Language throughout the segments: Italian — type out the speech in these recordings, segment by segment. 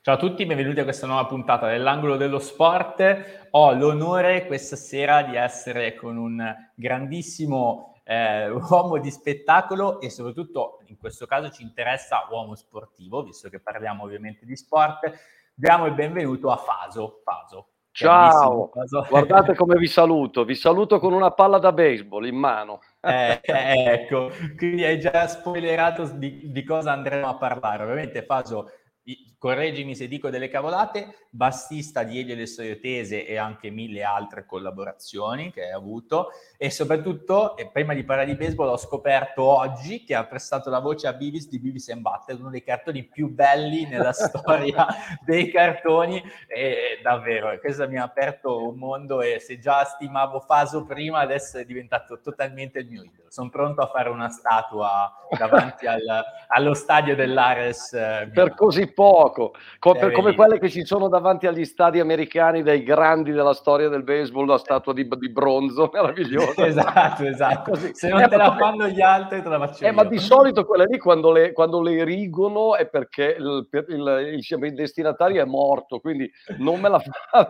Ciao a tutti, benvenuti a questa nuova puntata dell'Angolo dello Sport. Ho l'onore questa sera di essere con un grandissimo uomo di spettacolo e soprattutto in questo caso ci interessa uomo sportivo, visto che parliamo ovviamente di sport. Diamo il benvenuto a Faso. Ciao, Faso. guardate come vi saluto con una palla da baseball in mano. Ecco, quindi hai già spoilerato di cosa andremo a parlare. Ovviamente Faso, correggimi se dico delle cavolate, bassista di Elio e le Soiotese e anche mille altre collaborazioni che hai avuto, e soprattutto, prima di parlare di baseball, ho scoperto oggi che ha prestato la voce a Beavis di Beavis and Butthead, uno dei cartoni più belli nella storia dei cartoni, e davvero, questo mi ha aperto un mondo, e se già stimavo Faso prima, adesso è diventato totalmente il mio idolo. Sono pronto a fare una statua davanti allo stadio dell'Ares. Per così poco, come Bellissimo. quelle che ci sono davanti agli stadi americani dei grandi della storia del baseball, la statua di bronzo meravigliosa. Esatto. Così. Se non te la fanno gli altri, te la faccio Ma io. di solito quelle lì quando le erigono è perché il destinatario è morto, quindi non me la fa.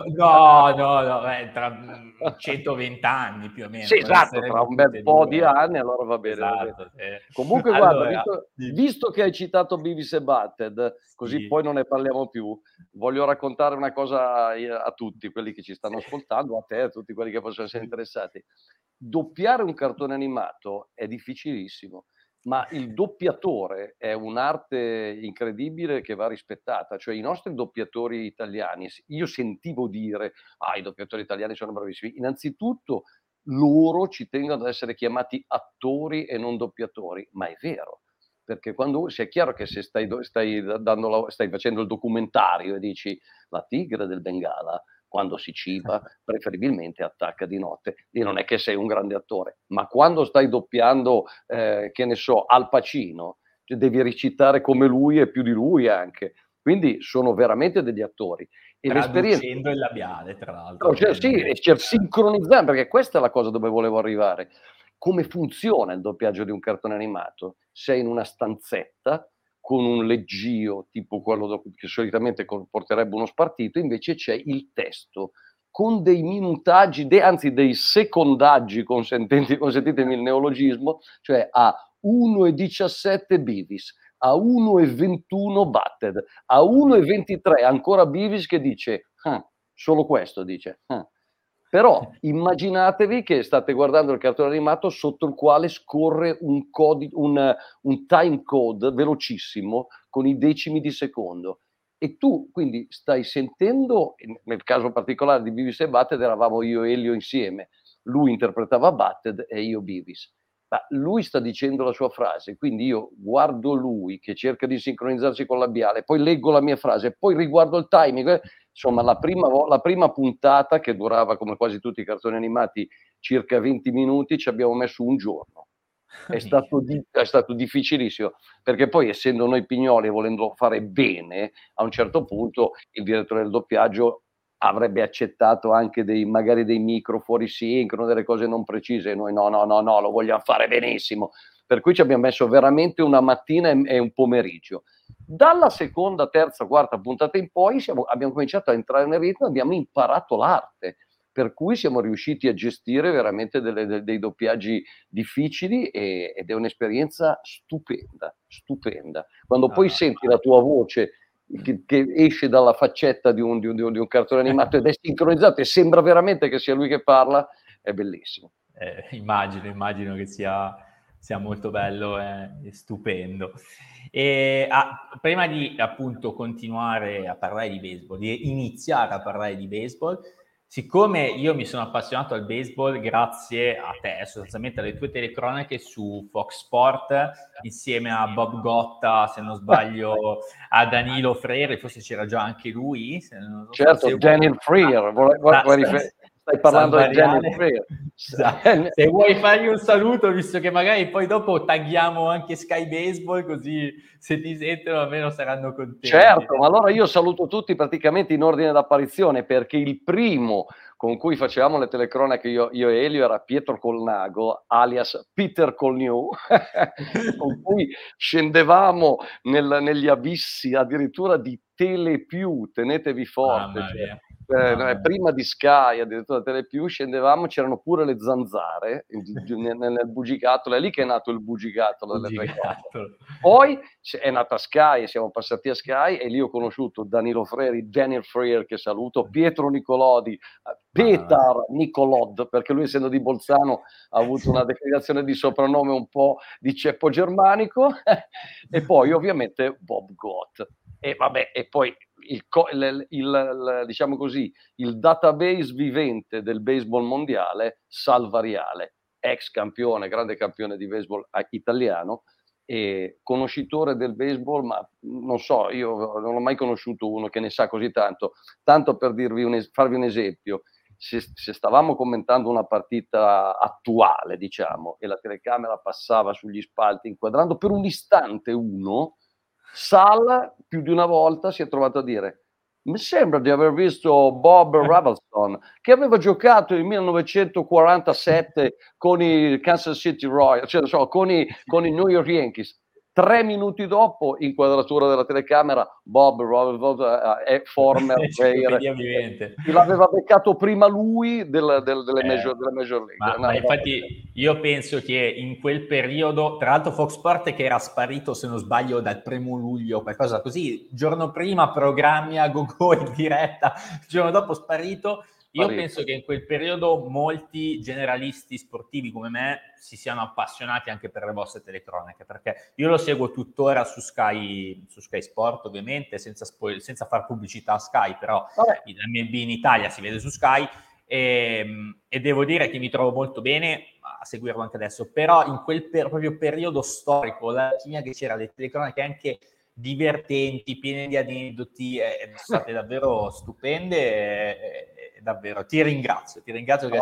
No, tra 120 anni più o meno. Sì, esatto, tra un bel po' di anni, allora va bene, va bene. Esatto. Comunque guarda, Allora, visto che hai citato Beavis e Butthead, così sì. poi non ne parliamo più, voglio raccontare una cosa a tutti quelli che ci stanno ascoltando, a te, a tutti quelli che possono essere interessati. Doppiare un cartone animato è difficilissimo, ma il doppiatore è un'arte incredibile che va rispettata. Cioè i nostri doppiatori italiani, io sentivo dire: "Ah, i doppiatori italiani sono bravissimi". Innanzitutto loro ci tengono ad essere chiamati attori e non doppiatori, ma è vero, perché quando è chiaro che se stai facendo il documentario e dici: "La tigre del Bengala quando si ciba preferibilmente attacca di notte", e non è che sei un grande attore, ma quando stai doppiando, che ne so, Al Pacino, cioè devi recitare come lui e più di lui anche. Quindi sono veramente degli attori e l'esperienza. Traducendo il labiale, tra l'altro, No, cioè sì, ovviamente. sincronizzare, perché questa è la cosa dove volevo arrivare. Come funziona il doppiaggio di un cartone animato? Sei in una stanzetta con un leggio tipo quello che solitamente comporterebbe uno spartito, invece c'è il testo con dei minutaggi, anzi dei secondaggi, consentitemi il neologismo, cioè a 1:17 Beavis, a 1:21 Butthead, a 1:23 ancora Beavis che dice: "Ah". Solo questo dice. Però immaginatevi che state guardando il cartone animato sotto il quale scorre un time code velocissimo con i decimi di secondo. E tu quindi stai sentendo, nel caso particolare di Beavis e Butthead eravamo io e Elio insieme. Lui interpretava Butthead e io Beavis. Ma lui sta dicendo la sua frase, quindi io guardo lui che cerca di sincronizzarsi col labiale, poi leggo la mia frase, poi riguardo il timing. Insomma, la prima puntata, che durava, come quasi tutti i cartoni animati, circa 20 minuti, ci abbiamo messo un giorno. È stato difficilissimo, perché poi essendo noi pignoli e volendo fare bene, a un certo punto il direttore del doppiaggio avrebbe accettato anche magari dei micro fuori sincrono, delle cose non precise, e noi no, lo vogliam fare benissimo. Per cui ci abbiam messo veramente una mattina e un pomeriggio. Dalla seconda, terza, quarta puntata in poi abbiamo cominciato a entrare nel ritmo, abbiamo imparato l'arte, per cui siamo riusciti a gestire veramente dei doppiaggi difficili, ed è un'esperienza stupenda. Quando poi senti la tua voce che esce dalla faccetta di un cartone animato ed è sincronizzato e sembra veramente che sia lui che parla, è bellissimo. Immagino che sia molto bello e stupendo. Prima di appunto continuare a parlare di baseball, di iniziare a parlare di baseball, siccome io mi sono appassionato al baseball grazie a te, sostanzialmente alle tue telecronache su Fox Sport, insieme a Bob Gotta, se non sbaglio, a Danilo Freire, forse c'era già anche lui. Certo, Daniel Freire, stai parlando di Daniel Freire. Se vuoi fargli un saluto, visto che magari poi dopo tagghiamo anche Sky Baseball, così se ti sentono almeno saranno contenti. Certo, ma allora io saluto tutti praticamente in ordine d'apparizione, perché il primo con cui facevamo le telecronache io e Elio era Pietro Colnago, alias Peter Colgnew, con cui scendevamo negli abissi addirittura di Telepiù, tenetevi forte, Mamma mia. prima di Sky, addirittura Telepiù, scendevamo, c'erano pure le zanzare nel bugigattolo, è lì che è nato il bugigattolo delle telecronache. Poi è nata Sky, siamo passati a Sky e lì ho conosciuto Danilo Freri, Daniel Freer, che saluto, Pietro Nicolodi, Petar Nicolod, perché lui essendo di Bolzano ha avuto una declinazione di soprannome un po' di ceppo germanico, e poi ovviamente Bob Gott. E vabbè, e poi diciamo così, il database vivente del baseball mondiale, Salvariale, ex campione, grande campione di baseball italiano, e conoscitore del baseball, ma non so, io non ho mai conosciuto uno che ne sa così tanto. Tanto per farvi un esempio, se stavamo commentando una partita attuale, diciamo, e la telecamera passava sugli spalti inquadrando per un istante uno, Sal più di una volta si è trovato a dire: mi sembra di aver visto Bob Ravelson, che aveva giocato nel 1947 con i Kansas City Royals, cioè con i New York Yankees. 3 minuti dopo, inquadratura della telecamera, Bob Ravelson è former player. L'aveva beccato prima lui delle Major League. Ma infatti io penso che in quel periodo, tra l'altro Fox Sport che era sparito, se non sbaglio, dal 1° luglio, qualcosa così, giorno prima programmi a go-go in diretta, il giorno dopo sparito. Io penso che in quel periodo molti generalisti sportivi come me si siano appassionati anche per le vostre telecronache, perché io lo seguo tuttora su Sky Sport, ovviamente, senza far pubblicità a Sky, però il MLB in Italia si vede su Sky, e devo dire che mi trovo molto bene a seguirlo anche adesso, però in quel proprio periodo storico, la chimia che c'era, le telecronache anche divertenti, piene di aneddoti, sono state davvero stupende, davvero ti ringrazio che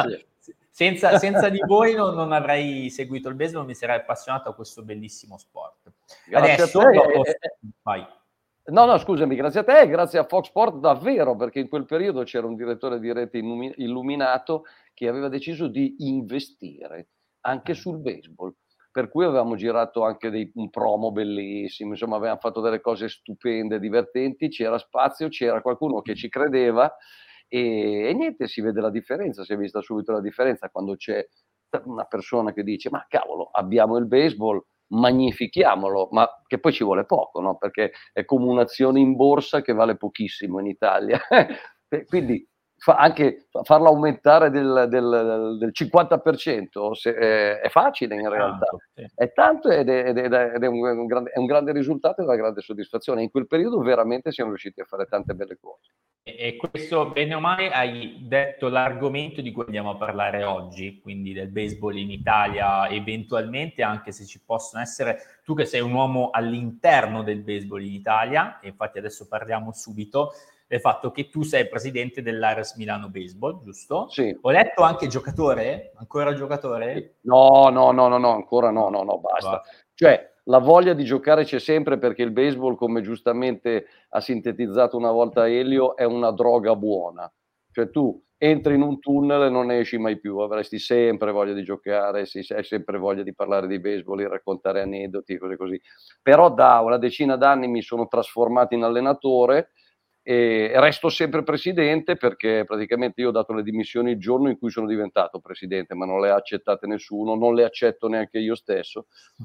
senza di voi non avrei seguito il baseball, mi sarei appassionato a questo bellissimo sport. Grazie adesso a te. vai. No, scusami, grazie a te e grazie a Fox Sport davvero, perché in quel periodo c'era un direttore di rete illuminato che aveva deciso di investire anche sul baseball, per cui avevamo girato anche un promo bellissimo, insomma avevamo fatto delle cose stupende, divertenti, c'era spazio, c'era qualcuno che ci credeva e niente, si vede la differenza, si è vista subito la differenza quando c'è una persona che dice: ma cavolo, abbiamo il baseball, magnifichiamolo, ma che poi ci vuole poco, no? Perché è come un'azione in borsa che vale pochissimo in Italia. Quindi anche farla aumentare del 50% è facile in realtà. È tanto ed è un grande risultato e una grande soddisfazione. In quel periodo veramente siamo riusciti a fare tante belle cose. E questo, bene o male, hai detto l'argomento di cui andiamo a parlare oggi, quindi del baseball in Italia, eventualmente, anche se ci possono essere, tu che sei un uomo all'interno del baseball in Italia, e infatti adesso parliamo subito del fatto che tu sei presidente dell'Ares Milano Baseball, giusto? Sì. Ho letto anche giocatore? Ancora giocatore? No, ancora no, basta. Cioè, la voglia di giocare c'è sempre, perché il baseball, come giustamente ha sintetizzato una volta Elio, è una droga buona. Cioè tu entri in un tunnel e non ne esci mai più, avresti sempre voglia di giocare, hai sempre voglia di parlare di baseball, di raccontare aneddoti, cose così. Però da una decina d'anni mi sono trasformato in allenatore e resto sempre presidente, perché praticamente io ho dato le dimissioni il giorno in cui sono diventato presidente, ma non le ha accettate nessuno, non le accetto neanche io stesso,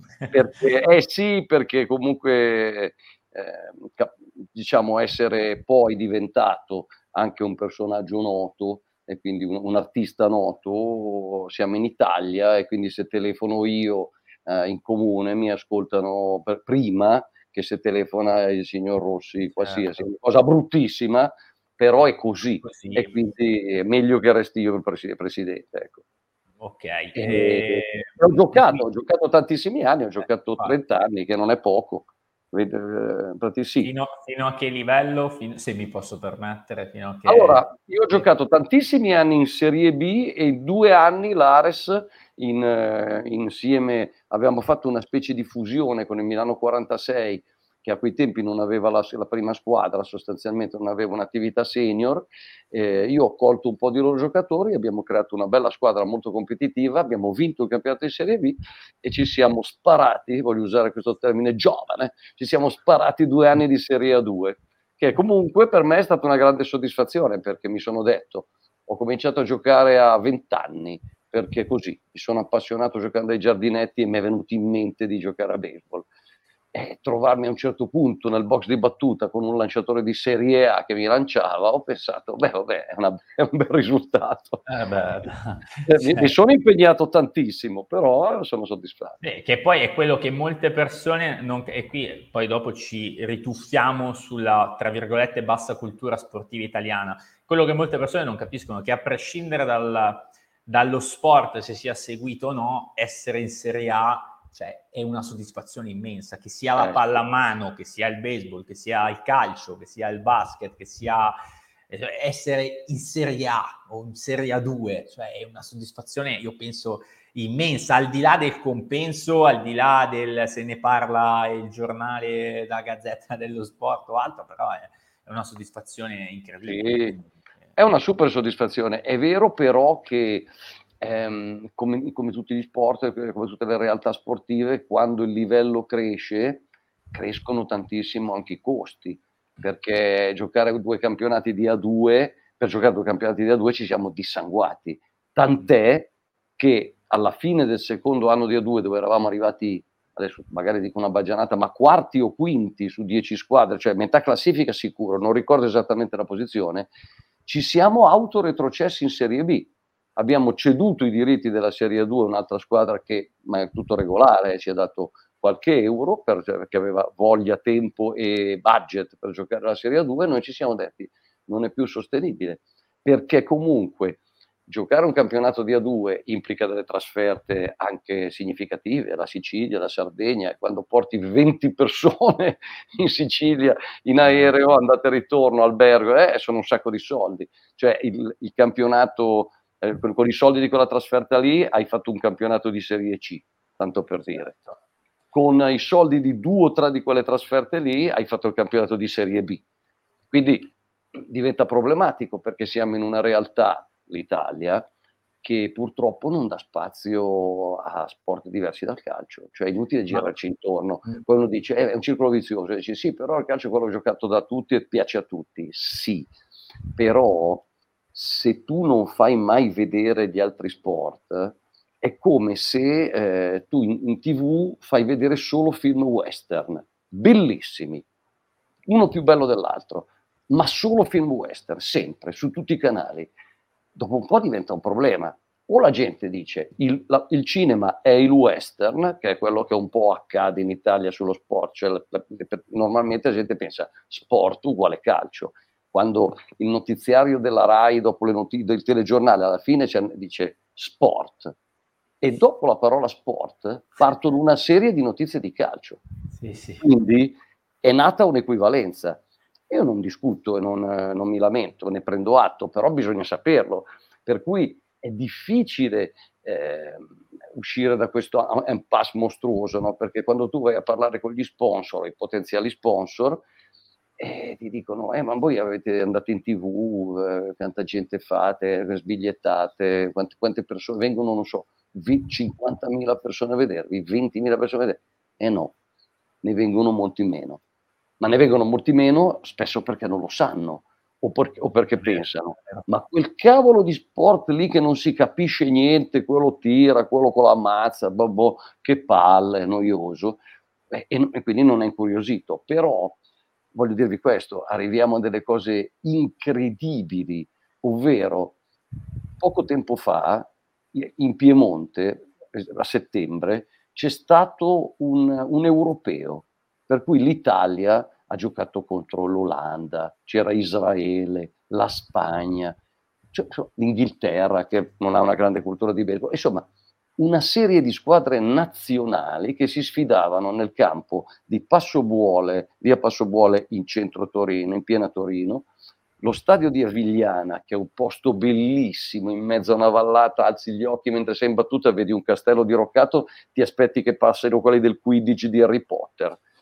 perché comunque diciamo essere poi diventato anche un personaggio noto e quindi un artista noto, siamo in Italia e quindi se telefono io in comune mi ascoltano prima che se telefona il signor Rossi, qualsiasi, certo. Cosa bruttissima, però è così. E quindi è meglio che resti io il presidente, ecco. Ok. Ho giocato tantissimi anni, ho giocato 30 anni, che non è poco. Sì. Fino a che livello, se mi posso permettere? Allora, io ho giocato tantissimi anni in Serie B e 2 anni l'Ares insieme, abbiamo fatto una specie di fusione con il Milano 46, che a quei tempi non aveva la prima squadra, sostanzialmente non aveva un'attività senior. Io ho colto un po' di loro giocatori, abbiamo creato una bella squadra molto competitiva, abbiamo vinto il campionato di Serie B e ci siamo sparati, voglio usare questo termine giovane, ci siamo sparati 2 anni di Serie A2, che comunque per me è stata una grande soddisfazione, perché mi sono detto, ho cominciato a giocare a 20 anni, perché così mi sono appassionato giocando ai giardinetti e mi è venuto in mente di giocare a baseball. Trovarmi a un certo punto nel box di battuta con un lanciatore di Serie A che mi lanciava, ho pensato, beh, vabbè, è un bel risultato. Mi sono impegnato tantissimo, però sono soddisfatto. Che poi è quello che molte persone, e qui poi dopo ci rituffiamo sulla, tra virgolette, bassa cultura sportiva italiana, quello che molte persone non capiscono, che a prescindere dallo sport, se sia seguito o no, essere in Serie A, cioè, è una soddisfazione immensa, che sia la pallamano, che sia il baseball, che sia il calcio, che sia il basket, che sia essere in Serie A o in Serie A2, cioè è una soddisfazione, io penso, immensa, al di là del compenso, al di là del se ne parla il giornale, la Gazzetta dello Sport o altro, però è una soddisfazione incredibile. Sì, è una super soddisfazione. È vero però che come tutti gli sport, come tutte le realtà sportive, quando il livello cresce, crescono tantissimo anche i costi, perché giocare 2 campionati di A2, per giocare 2 campionati di A2 ci siamo dissanguati, tant'è che alla fine del secondo anno di A2, dove eravamo arrivati, adesso magari dico una baggianata, ma quarti o quinti su 10 squadre, cioè metà classifica sicuro, non ricordo esattamente la posizione, ci siamo autoretrocessi in Serie B. Abbiamo ceduto i diritti della Serie 2 a un'altra squadra che, ma è tutto regolare, ci ha dato qualche euro perché aveva voglia, tempo e budget per giocare alla Serie 2, e noi ci siamo detti non è più sostenibile, perché comunque giocare un campionato di A2 implica delle trasferte anche significative, la Sicilia, la Sardegna, e quando porti 20 persone in Sicilia in aereo, andate e ritorno, albergo, sono un sacco di soldi. Cioè il campionato, con i soldi di quella trasferta lì hai fatto un campionato di Serie C, tanto per dire. Con i soldi di 2 o 3 di quelle trasferte lì hai fatto il campionato di Serie B. Quindi diventa problematico, perché siamo in una realtà, l'Italia, che purtroppo non dà spazio a sport diversi dal calcio, cioè è inutile girarci intorno. Poi uno dice è un circolo vizioso, e dice sì, però il calcio è quello giocato da tutti e piace a tutti. Sì, però se tu non fai mai vedere gli altri sport, è come se tu in TV fai vedere solo film western, bellissimi, uno più bello dell'altro, ma solo film western, sempre, su tutti i canali. Dopo un po' diventa un problema. O la gente dice il cinema è il western, che è quello che un po' accade in Italia sullo sport, cioè normalmente la gente pensa sport uguale calcio, quando il notiziario della Rai dopo le notizie del telegiornale alla fine dice sport, e dopo la parola sport partono una serie di notizie di calcio. Sì. Quindi è nata un'equivalenza. Io non discuto e non mi lamento, ne prendo atto, però bisogna saperlo. Per cui è difficile uscire da questo impasse mostruoso, no? Perché quando tu vai a parlare con gli sponsor, i potenziali sponsor, ti dicono ma voi andate in TV, quanta gente fate, sbigliettate, quante persone vengono, non so, 50.000 persone a vedervi, 20.000 persone a vedervi. No, ne vengono molti meno. Ma ne vengono molti meno spesso perché non lo sanno o perché pensano, ma quel cavolo di sport lì che non si capisce niente, quello tira, quello con la mazza, che palle, è noioso, e quindi non è incuriosito. Però voglio dirvi questo, arriviamo a delle cose incredibili, ovvero poco tempo fa in Piemonte, a settembre, c'è stato un europeo, per cui l'Italia ha giocato contro l'Olanda, c'era Israele, la Spagna, cioè, l'Inghilterra che non ha una grande cultura di baseball, insomma una serie di squadre nazionali che si sfidavano nel campo di Passobuole, via Passobuole in centro Torino, in piena Torino, lo stadio di Avigliana, che è un posto bellissimo in mezzo a una vallata, alzi gli occhi mentre sei in battuta, vedi un castello diroccato, ti aspetti che passino quelli del Quidditch di Harry Potter.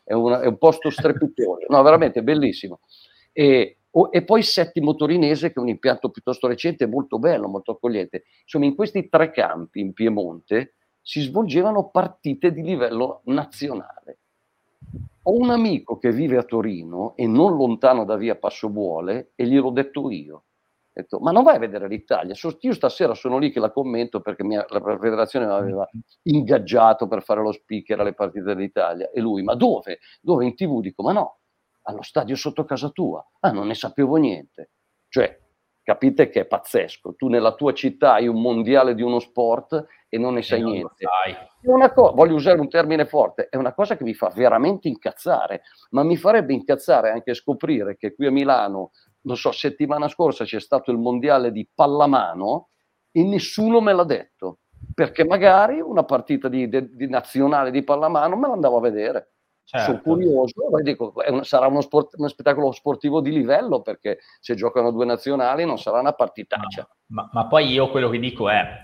è un posto strepitoso, no, veramente bellissimo. E poi Settimo Torinese, che è un impianto piuttosto recente, molto bello, molto accogliente. Insomma, in questi 3 campi in Piemonte si svolgevano partite di livello nazionale. Ho un amico che vive a Torino e non lontano da via Passobuole, e gliel'ho detto io. Ho detto: ma non vai a vedere l'Italia? Io stasera sono lì che la commento perché la federazione mi aveva ingaggiato per fare lo speaker alle partite dell'Italia. E lui: ma dove? Dove? In TV? Dico: ma no, allo stadio sotto casa tua. Ah, non ne sapevo niente. Cioè, capite che è pazzesco. Tu nella tua città hai un mondiale di uno sport e non ne E sai non lo niente. sai. Voglio usare un termine forte, è una cosa che mi fa veramente incazzare, ma mi farebbe incazzare anche scoprire che qui a Milano, non so, settimana scorsa c'è stato il mondiale di pallamano e nessuno me l'ha detto, perché magari una partita di nazionale di pallamano me l'andavo a vedere. Sono Certo. curioso, poi dico, sarà uno spettacolo sportivo di livello, perché se giocano 2 nazionali non sarà una partitaccia. Ma poi io quello che dico è,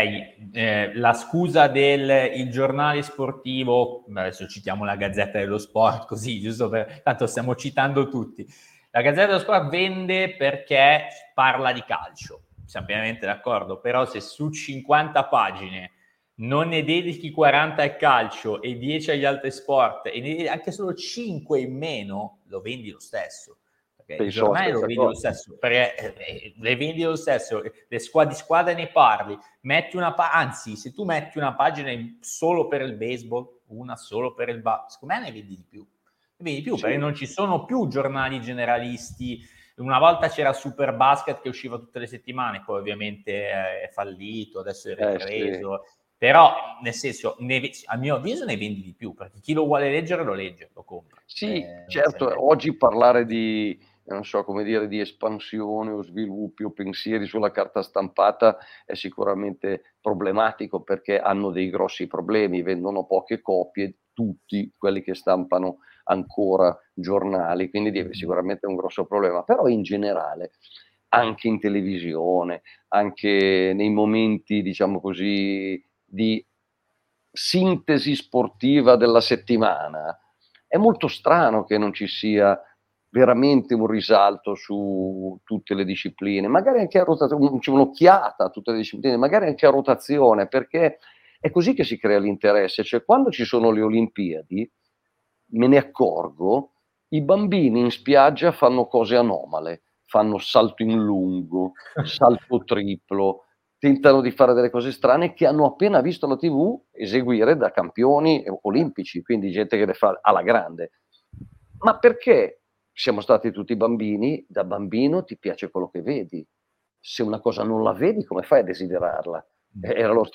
ok, la scusa del il giornale sportivo, adesso citiamo la Gazzetta dello Sport, così, giusto per, tanto stiamo citando tutti, la Gazzetta dello Sport vende perché parla di calcio, siamo pienamente d'accordo, però se su 50 pagine non ne dedichi 40 al calcio e 10 agli altri sport e ne dedichi anche solo 5 in meno, lo vendi lo stesso. Perché il Penso la giornale lo stessa vendi lo cosa. stesso, perché le vendi lo stesso, di squadre ne parli, metti anzi, se tu metti una pagina solo per il baseball, una solo per il secondo me ne vendi di più. Ne vendi di più, Sì. perché non ci sono più giornali generalisti. Una volta c'era Super Basket che usciva tutte le settimane, poi ovviamente è fallito, adesso è ripreso. Sì. Però, nel senso, a mio avviso ne vendi di più, perché chi lo vuole leggere lo legge, lo compra. Sì, certo, oggi parlare di, non so come dire, di espansione o sviluppi o pensieri sulla carta stampata è sicuramente problematico, perché hanno dei grossi problemi, vendono poche copie tutti quelli che stampano ancora giornali, quindi sicuramente è un grosso problema. Però in generale, anche in televisione, anche nei momenti, diciamo così, di sintesi sportiva della settimana, è molto strano che non ci sia veramente un risalto su tutte le discipline, magari anche a un'occhiata a tutte le discipline, magari anche a rotazione, perché è così che si crea l'interesse. Cioè, quando ci sono le Olimpiadi, me ne accorgo, i bambini in spiaggia fanno cose anomale, fanno salto in lungo, salto triplo, tentano di fare delle cose strane che hanno appena visto la TV eseguire da campioni olimpici, quindi gente che le fa alla grande. Ma perché siamo stati tutti bambini? Da bambino ti piace quello che vedi. Se una cosa non la vedi, come fai a desiderarla? Era lo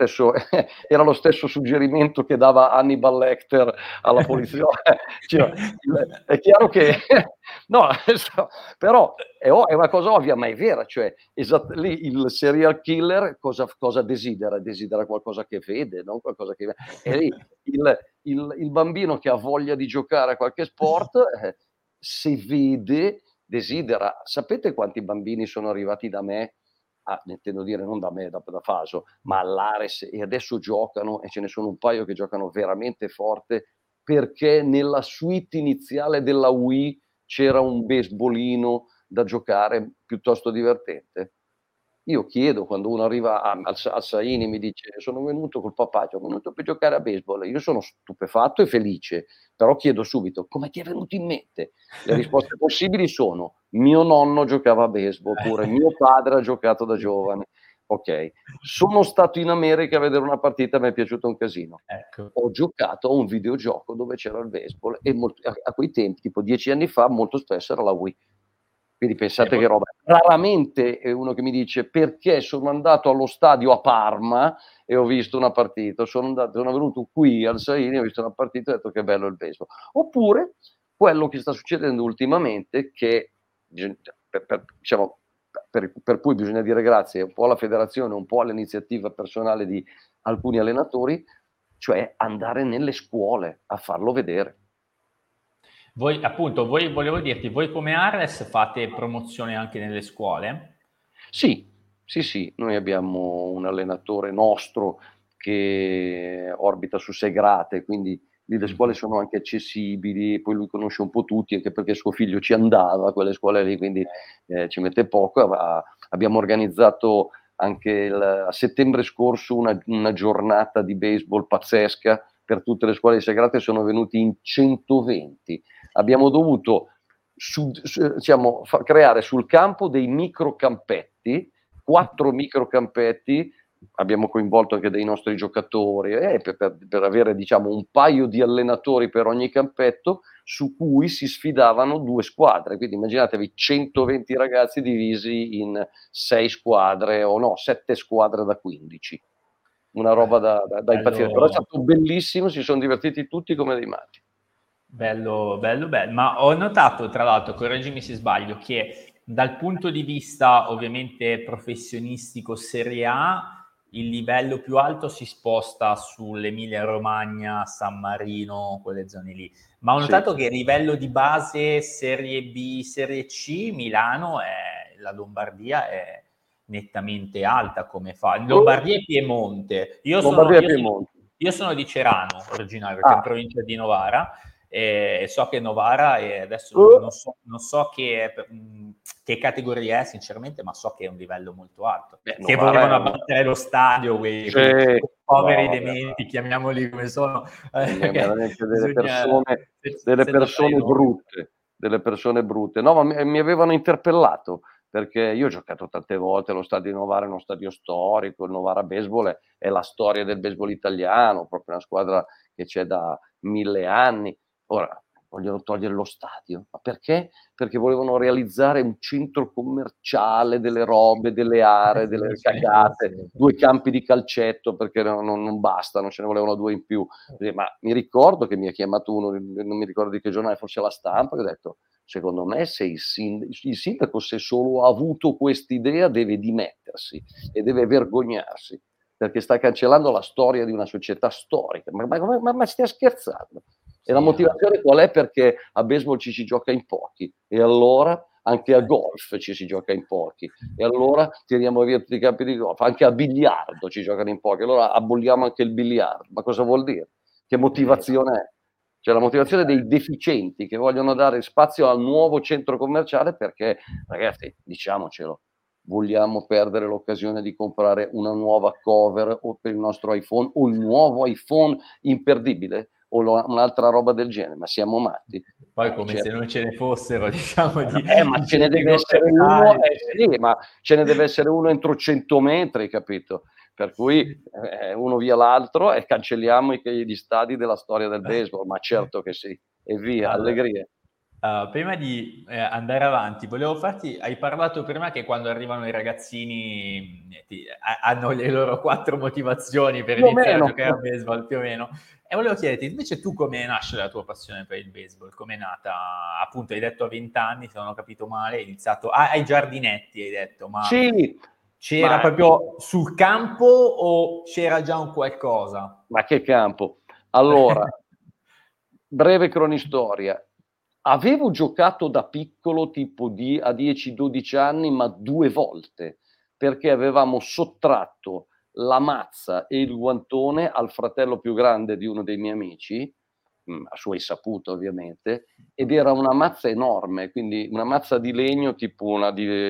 stesso suggerimento che dava Hannibal Lecter alla polizia. Cioè, è chiaro che no, però è una cosa ovvia, ma è vera. Cioè, lì il serial killer cosa desidera? Desidera qualcosa che vede, non qualcosa che... E lì il bambino che ha voglia di giocare a qualche sport, se vede, desidera. Sapete quanti bambini sono arrivati da me? Intendo dire non da me, da Faso, ma all'Ares, e adesso giocano, e ce ne sono un paio che giocano veramente forte, perché nella suite iniziale della Wii c'era un baseballino da giocare piuttosto divertente. Io chiedo, quando uno arriva al Saini, mi dice: sono venuto col papà, sono venuto per giocare a baseball. Io sono stupefatto e felice, però chiedo subito: come ti è venuto in mente? Le risposte possibili sono: mio nonno giocava a baseball, oppure mio padre ha giocato da giovane. Ok, sono stato in America a vedere una partita, mi è piaciuto un casino. Ecco. Ho giocato a un videogioco dove c'era il baseball, e a quei tempi, tipo 10 anni fa, molto spesso era la Wii. Quindi pensate che roba. Raramente è uno che mi dice: perché sono andato allo stadio a Parma e ho visto una partita, sono venuto qui al Saini, ho visto una partita e ho detto che bello il baseball. Oppure quello che sta succedendo ultimamente, che diciamo, per cui bisogna dire grazie un po' alla federazione, un po' all'iniziativa personale di alcuni allenatori, cioè andare nelle scuole a farlo vedere. Voi, appunto, volevo dirti, voi come Ares fate promozione anche nelle scuole? Sì, noi abbiamo un allenatore nostro che orbita su Segrate, quindi lì le scuole sono anche accessibili, poi lui conosce un po' tutti, anche perché suo figlio ci andava a quelle scuole lì, quindi ci mette poco. Abbiamo organizzato anche a settembre scorso una giornata di baseball pazzesca per tutte le scuole segrete, sono venuti in 120. Abbiamo dovuto creare sul campo dei microcampetti, 4 microcampetti, abbiamo coinvolto anche dei nostri giocatori per avere, diciamo, un paio di allenatori per ogni campetto, su cui si sfidavano 2 squadre. Quindi immaginatevi 120 ragazzi divisi in 6 squadre, o no, 7 squadre da 15. Una roba da impazzire. Però è stato bellissimo, si sono divertiti tutti come dei matti. Bello. Ma ho notato, tra l'altro, correggimi se sbaglio, che dal punto di vista ovviamente professionistico Serie A, il livello più alto si sposta sull'Emilia Romagna, San Marino, quelle zone lì. Ma ho notato che a livello di base Serie B, Serie C, Milano la Lombardia è nettamente alta come fa. Lombardia e Piemonte. Io sono di Cerano, originario, che è in provincia di Novara. E so che Novara adesso non so che categoria è sinceramente, ma so che è un livello molto alto. Che volevano abbattere lo stadio, quei poveri dementi, chiamiamoli come sono. Veramente delle persone brutte. No, ma mi avevano interpellato, perché io ho giocato tante volte allo stadio di Novara, è uno stadio storico, il Novara Baseball è la storia del baseball italiano, proprio una squadra che c'è da 1000 anni. Ora vogliono togliere lo stadio, ma perché? Perché volevano realizzare un centro commerciale, delle robe, delle aree, delle cagate, 2 campi di calcetto, perché non bastano, ce ne volevano 2 in più. Ma mi ricordo che mi ha chiamato uno, non mi ricordo di che giornale, forse La Stampa, che ha detto: secondo me se il sindaco, se solo ha avuto quest'idea, deve dimettersi e deve vergognarsi, perché sta cancellando la storia di una società storica. Ma stai scherzando? E la motivazione qual è? Perché a baseball ci si gioca in pochi, e allora anche a golf ci si gioca in pochi, e allora tiriamo via tutti i campi di golf, anche a biliardo ci giocano in pochi, allora abolliamo anche il biliardo. Ma cosa vuol dire? Che motivazione è? Cioè la motivazione dei deficienti che vogliono dare spazio al nuovo centro commerciale, perché, ragazzi, diciamocelo, vogliamo perdere l'occasione di comprare una nuova cover o per il nostro iPhone, o un nuovo iPhone imperdibile, o un'altra roba del genere? Ma siamo matti? Poi come se non ce ne fossero, diciamo, ma ce ne deve essere uno, ma ce ne deve essere uno entro 100 metri, capito? Per cui uno via l'altro e cancelliamo gli stadi della storia del baseball, ma certo che sì, e via, allegria. Prima di andare avanti, volevo farti, hai parlato prima che quando arrivano i ragazzini hanno le loro 4 motivazioni per iniziare a giocare a baseball, più o meno. E volevo chiederti, invece tu come nasce la tua passione per il baseball? Come è nata? Appunto, hai detto a 20 anni, se non ho capito male, hai iniziato ai giardinetti, hai detto, ma sì, c'era proprio sul campo o c'era già un qualcosa? Ma che campo? Allora, breve cronistoria. Avevo giocato da piccolo, tipo a 10-12 anni, ma 2 volte, perché avevamo sottratto la mazza e il guantone al fratello più grande di uno dei miei amici, a sua insaputa ovviamente, ed era una mazza enorme, quindi una mazza di legno tipo una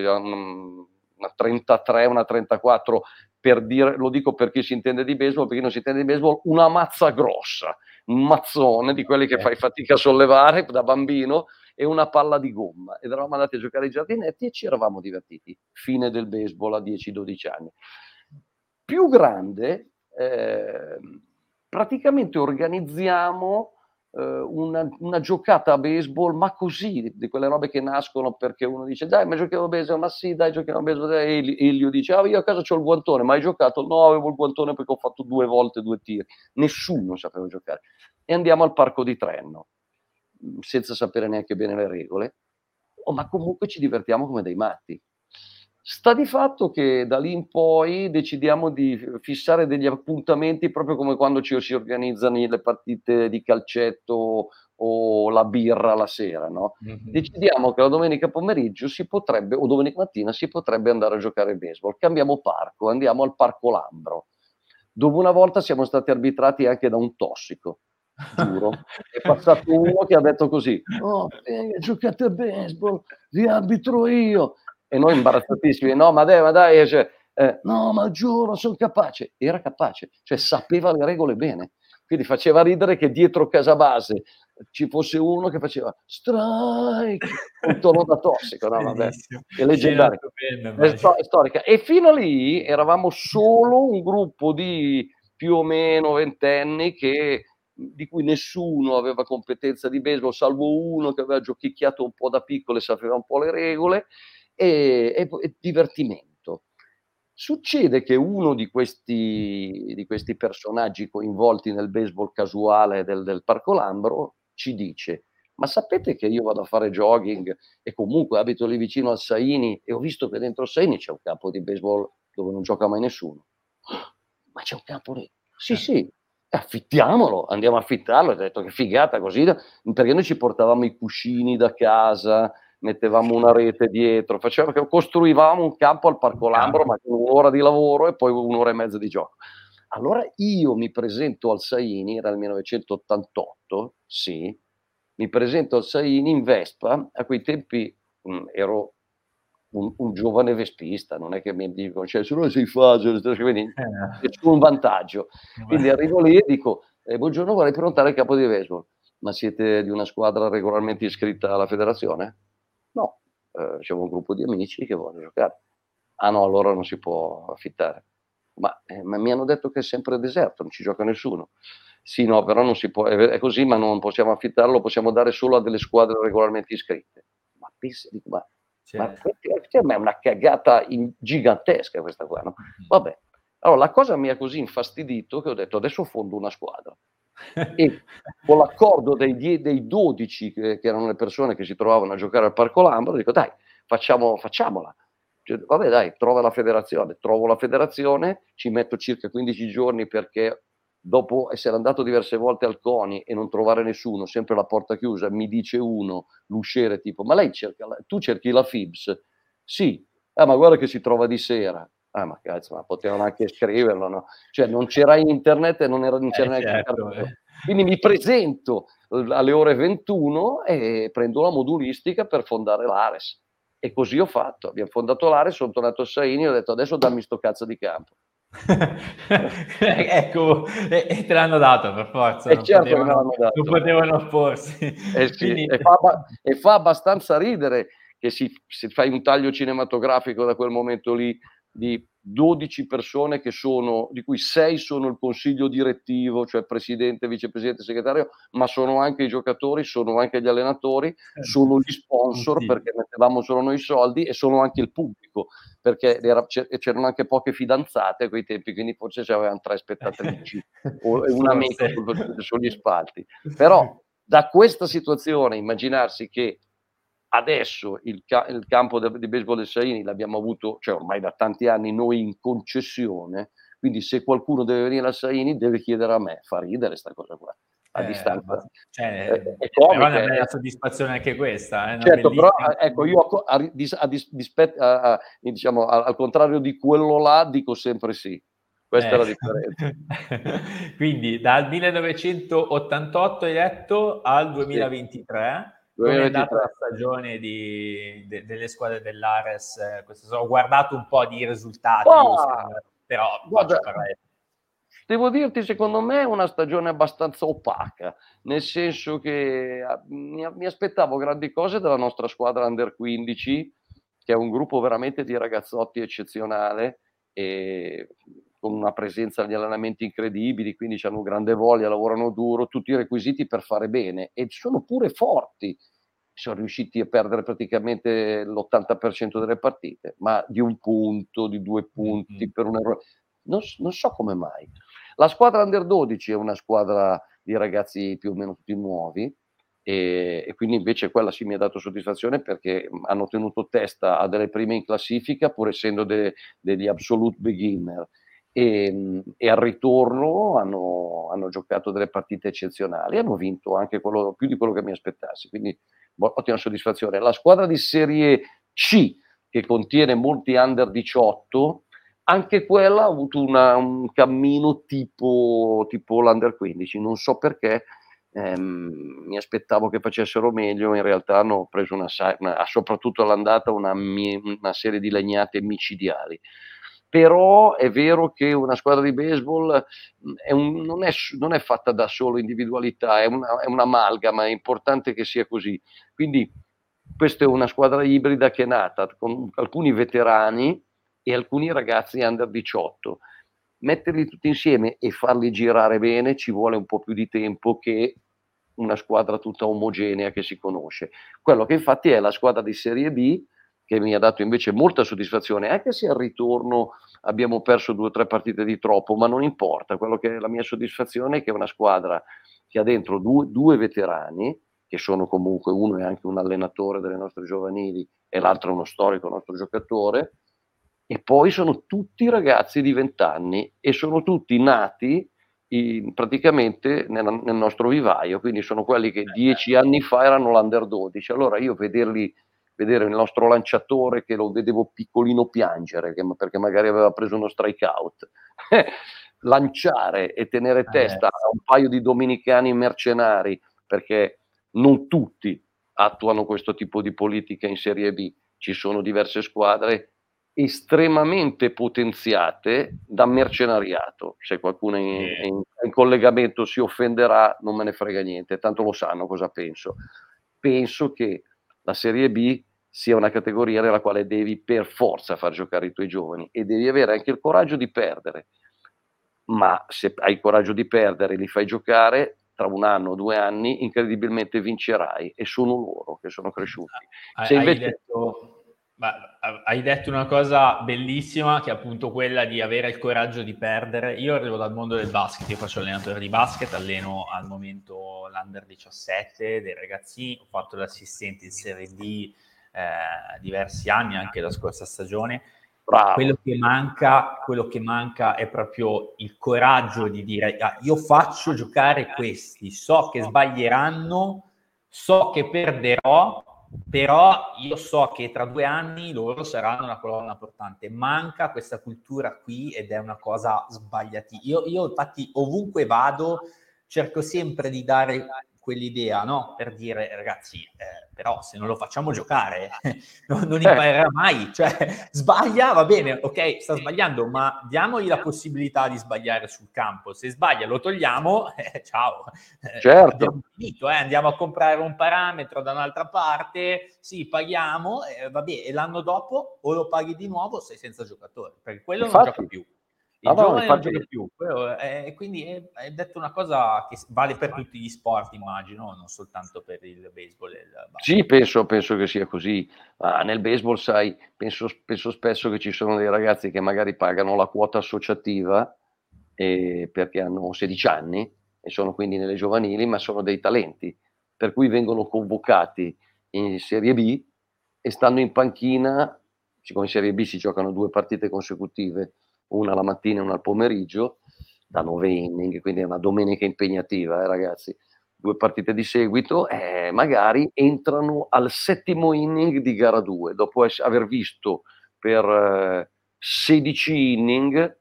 33, una 34, per dire, lo dico per chi si intende di baseball, per chi non si intende di baseball, una mazza grossa, un mazzone di quelli che fai fatica a sollevare da bambino, e una palla di gomma, ed eravamo andati a giocare ai giardinetti e ci eravamo divertiti. Fine del baseball a 10-12 anni. Più grande, praticamente organizziamo una giocata a baseball, ma così, di quelle robe che nascono perché uno dice: dai, ma giochiamo a baseball, ma sì, dai, giochiamo a baseball. E Elio dice: io a casa c'ho il guantone, ma hai giocato? No, avevo il guantone perché ho fatto 2 volte 2 tiri. Nessuno sapeva giocare. E andiamo al Parco di Trenno, senza sapere neanche bene le regole, ma comunque ci divertiamo come dei matti. Sta di fatto che da lì in poi decidiamo di fissare degli appuntamenti, proprio come quando ci si organizzano le partite di calcetto o la birra la sera, no? Mm-hmm. Decidiamo che la domenica pomeriggio si potrebbe, o domenica mattina si potrebbe andare a giocare a baseball. Cambiamo parco, andiamo al Parco Lambro, dove una volta siamo stati arbitrati anche da un tossico. giuro. È passato uno che ha detto così: "Oh, giocate a baseball, vi arbitro io." E noi imbarazzatissimi: "No, ma dai, cioè, no, ma giuro, son capace." Era capace, cioè sapeva le regole bene. Quindi faceva ridere che dietro casa base ci fosse uno che faceva strike con tono da tossico. No, vabbè, Bellissimo, è scena leggendario. stupenda È immagino. storica. E fino a lì eravamo solo un gruppo di più o meno ventenni di cui nessuno aveva competenza di baseball, salvo uno che aveva giochicchiato un po' da piccolo e sapeva un po' le regole, e divertimento. Succede che uno di questi personaggi coinvolti nel baseball casuale del Parco Lambro ci dice: "Ma sapete che io vado a fare jogging e comunque abito lì vicino al Saini e ho visto che dentro Saini c'è un campo di baseball dove non gioca mai nessuno." "Ma c'è un campo lì?" "Sì, Eh. sì." "Affittiamolo, andiamo a affittarlo." Ho detto: "Che figata così da", perché noi ci portavamo i cuscini da casa, mettevamo una rete dietro, costruivamo un campo al Un Parco Lambro, campo. ma con 1 ora di lavoro e poi 1 ora e mezza di gioco. Allora io mi presento al Saini, era il 1988, sì, mi presento al Saini in Vespa, a quei tempi, ero un giovane vespista, non è che mi dicono, cioè: "Se no sei facile", quindi nessun vantaggio. Quindi arrivo lì e dico: "Buongiorno, vorrei prenotare il campo di baseball." "Ma siete di una squadra regolarmente iscritta alla federazione?" "No, siamo un gruppo di amici che vogliono giocare." "Ah no, allora non si può affittare." "Ma mi hanno detto che è sempre deserto, non ci gioca nessuno." "Sì, no, però non si può, è così, ma non possiamo affittarlo, lo possiamo dare solo a delle squadre regolarmente iscritte." Ma pensa, dico: "Ma Certo. per me è una cagata gigantesca questa qua, no?" Vabbè, allora la cosa mi ha così infastidito che ho detto: "Adesso fondo una squadra." E con l'accordo dei 12 che erano le persone che si trovavano a giocare al Parco Lambro, dico: "Dai, facciamola." Cioè, vabbè dai, trova la federazione. Trovo la federazione, ci metto circa 15 giorni perché dopo essere andato diverse volte al CONI e non trovare nessuno, sempre la porta chiusa, mi dice uno, l'usciere tipo: "Ma lei tu cerchi la FIBS?" "Sì." "Ah, ma guarda che si trova di sera." Ah, ma cazzo, ma potevano anche scriverlo, no? Cioè non c'era internet e non c'era neanche il Certo, cartello. Quindi mi presento alle ore 21 e prendo la modulistica per fondare l'Ares. E così ho fatto. Abbiam fondato l'Ares, son tornato a Saini e ho detto: "Adesso dammi 'sto cazzo di campo." Ecco, e te l'hanno dato per forza, E certo che me l'hanno non dato. potevano opporsi. Eh sì, Quindi e fa abbastanza ridere che se fai un taglio cinematografico da quel momento lì, di 12 persone di cui 6 sono il consiglio direttivo, cioè presidente, vicepresidente, segretario, ma sono anche i giocatori, sono anche gli allenatori, sono gli sponsor tutti. perché mettevamo solo noi i soldi e sono anche il pubblico, perché c'erano anche poche fidanzate a quei tempi, quindi forse c'avevan 3 spettatrici e un amico Forse. sugli spalti. Però da questa situazione immaginarsi che adesso il campo di baseball del Saini l'abbiamo avuto, cioè ormai da tanti anni noi in concessione, quindi se qualcuno deve venire al Saini deve chiedere a me. Fa ridere 'sta cosa qua, a Ma distanza cioè, è però è comica, una bella soddisfazione anche questa, una certo, però bellissima ecco, io a co a ri dis a dis dispet a diciamo al contrario di quello là dico sempre sì. Questa è la ecco. differenza. Quindi dal 1988 hai detto al Sì, 2023, com'è andata 2023. la stagione delle squadre dell'Ares? Ho guardato un po' di risultati, Mah, però guarda, faccio parlare. devo dirti, secondo me è una stagione abbastanza opaca, nel senso che mi aspettavo grandi cose dalla nostra squadra under 15, che è un gruppo veramente di ragazzotti eccezionale, con una presenza agli allenamenti incredibili, quindi c'hanno grande voglia, lavorano duro, tutti i requisiti per fare bene e sono pure forti. Son riusciti a perdere praticamente l'80% delle partite, ma di 1 punto, di 2 Mh-mh. punti per un non so come mai. La squadra under 12 è una squadra di ragazzi più o meno tutti nuovi, e quindi invece quella sì mi ha dato soddisfazione perché, hanno tenuto testa a delle prime in classifica pur essendo degli absolute beginner. E al ritorno hanno giocato delle partite eccezionali, hanno vinto anche più di quello che mi aspettassi, quindi ottima soddisfazione. La squadra di serie C, che contiene molti under 18, anche quella ha avuto un cammino tipo l'under 15, non so perché, mi aspettavo che facessero meglio, in realtà hanno preso soprattutto all'andata una serie di legnate micidiali. Però è vero che una squadra di baseball non è fatta da solo individualità, è un'amalgama, è importante che sia così. Quindi questa è una squadra ibrida che è nata con alcuni veterani e alcuni ragazzi under 18. Metterli tutti insieme e farli girare bene ci vuole un po' più di tempo che una squadra tutta omogenea che si conosce. Quello che infatti è la squadra di Serie B, che mi ha dato invece molta soddisfazione, anche se al ritorno abbiamo perso 2 o 3 partite di troppo, ma non importa. Quello che è la mia soddisfazione è che è una squadra che ha dentro due veterani, che sono comunque, uno è anche un allenatore delle nostre giovanili e l'altro è uno storico nostro giocatore, e poi sono tutti ragazzi di 20 anni e sono tutti nati praticamente nel nostro vivaio, quindi sono quelli che 10 anni fa erano l'Under 12. Allora io vedere il nostro lanciatore, che lo vedevo piccolino piangere perché magari aveva preso uno strikeout, lanciare e tenere testa a un paio di dominicani mercenari, perché non tutti attuano questo tipo di politica in Serie B, ci sono diverse squadre estremamente potenziate da mercenariato. Se qualcuno è in collegamento si offenderà, non me ne frega niente, tanto lo sanno cosa penso. Penso che la Serie B sia una categoria nella quale devi per forza far giocare i tuoi giovani e devi avere anche il coraggio di perdere, ma se hai il coraggio di perdere e li fai giocare, tra 1 anno o 2 anni incredibilmente vincerai, e sono loro che sono cresciuti. Hai detto una cosa bellissima, che è appunto quella di avere il coraggio di perdere. Io arrivo dal mondo del basket, io faccio allenatore di basket, alleno al momento l'Under 17 dei ragazzi, ho fatto l'assistente in Serie D diversi anni, anche la scorsa stagione. Bravo. Quello che manca è proprio il coraggio di dire: io faccio giocare questi, so che sbaglieranno, so che perderò, però io so che tra 2 anni loro saranno una colonna portante. Manca questa cultura qui ed è una cosa sbagliata. Io infatti ovunque vado cerco sempre di dare quell'idea, no? Per dire: ragazzi, però se non lo facciamo giocare non imparerà mai. Cioè, sbaglia, va bene, ok, sta sbagliando, ma diamogli la possibilità di sbagliare sul campo. Se sbaglia lo togliamo, ciao. Certo. Abbiamo finito, andiamo a comprare un parametro da un'altra parte, sì, paghiamo, vabbè, e l'anno dopo o lo paghi di nuovo o sei senza giocatore, perché quello non gioca più. Il giovane non gioca più, quindi è detto una cosa che vale per tutti gli sport, immagino, non soltanto per il baseball e il basket. Sì, penso che sia così. Nel baseball, sai, penso spesso che ci sono dei ragazzi che magari pagano la quota associativa perché hanno 16 anni e sono quindi nelle giovanili, ma sono dei talenti, per cui vengono convocati in Serie B e stanno in panchina. Siccome in Serie B si giocano 2 partite consecutive, una la mattina e una al pomeriggio, da 9 inning, quindi è una domenica impegnativa, ragazzi. 2 partite di seguito, magari entrano al 7° inning di gara 2, dopo aver visto per 16 inning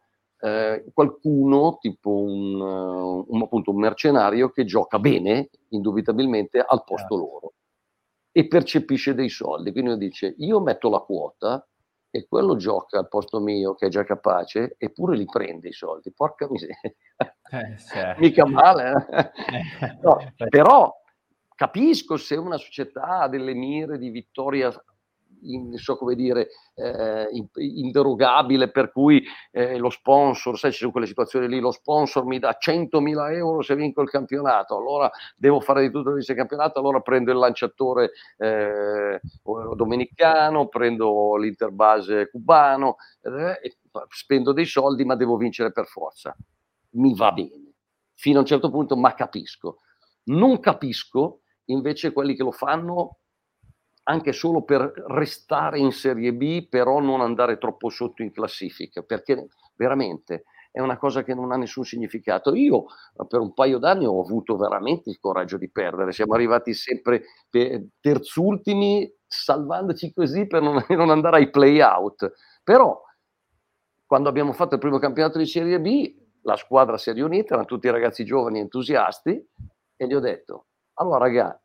qualcuno, tipo appunto un mercenario che gioca bene, indubitabilmente, al posto loro, e percepisce dei soldi. Quindi uno dice: io metto la quota e quello gioca al posto mio che è già capace, eppure li prende i soldi. Porca miseria. Mica male, no, però capisco se una società ha delle mire di vittoria inderogabile, per cui lo sponsor, sai, ci sono quelle situazioni lì, lo sponsor mi dà 100.000 euro se vinco il campionato, allora devo fare di tutto per vincere il campionato, allora prendo il lanciatore dominicano, prendo l'interbase cubano, spendo dei soldi, ma devo vincere per forza. Mi va bene fino a un certo punto, ma capisco. Non capisco invece quelli che lo fanno anche solo per restare in Serie B, però non andare troppo sotto in classifica, perché veramente è una cosa che non ha nessun significato. Io per un paio d'anni ho avuto veramente il coraggio di perdere, siamo arrivati sempre terzultimi, salvandoci così per non andare ai play-out, però quando abbiamo fatto il primo campionato di Serie B, la squadra si è riunita, erano tutti ragazzi giovani entusiasti, E gli ho detto, allora raga,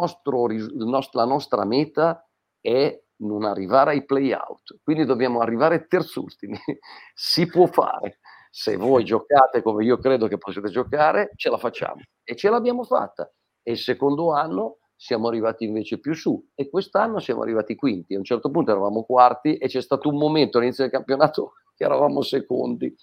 la nostra meta è non arrivare ai play-out, quindi dobbiamo arrivare terzultimi. Si può fare. Se voi giocate come io credo che possiate giocare, ce la facciamo. E ce l'abbiamo fatta. E il secondo anno siamo arrivati invece più su e quest'anno siamo arrivati quinti. A un certo punto eravamo quarti e c'è stato un momento all'inizio del campionato che eravamo secondi.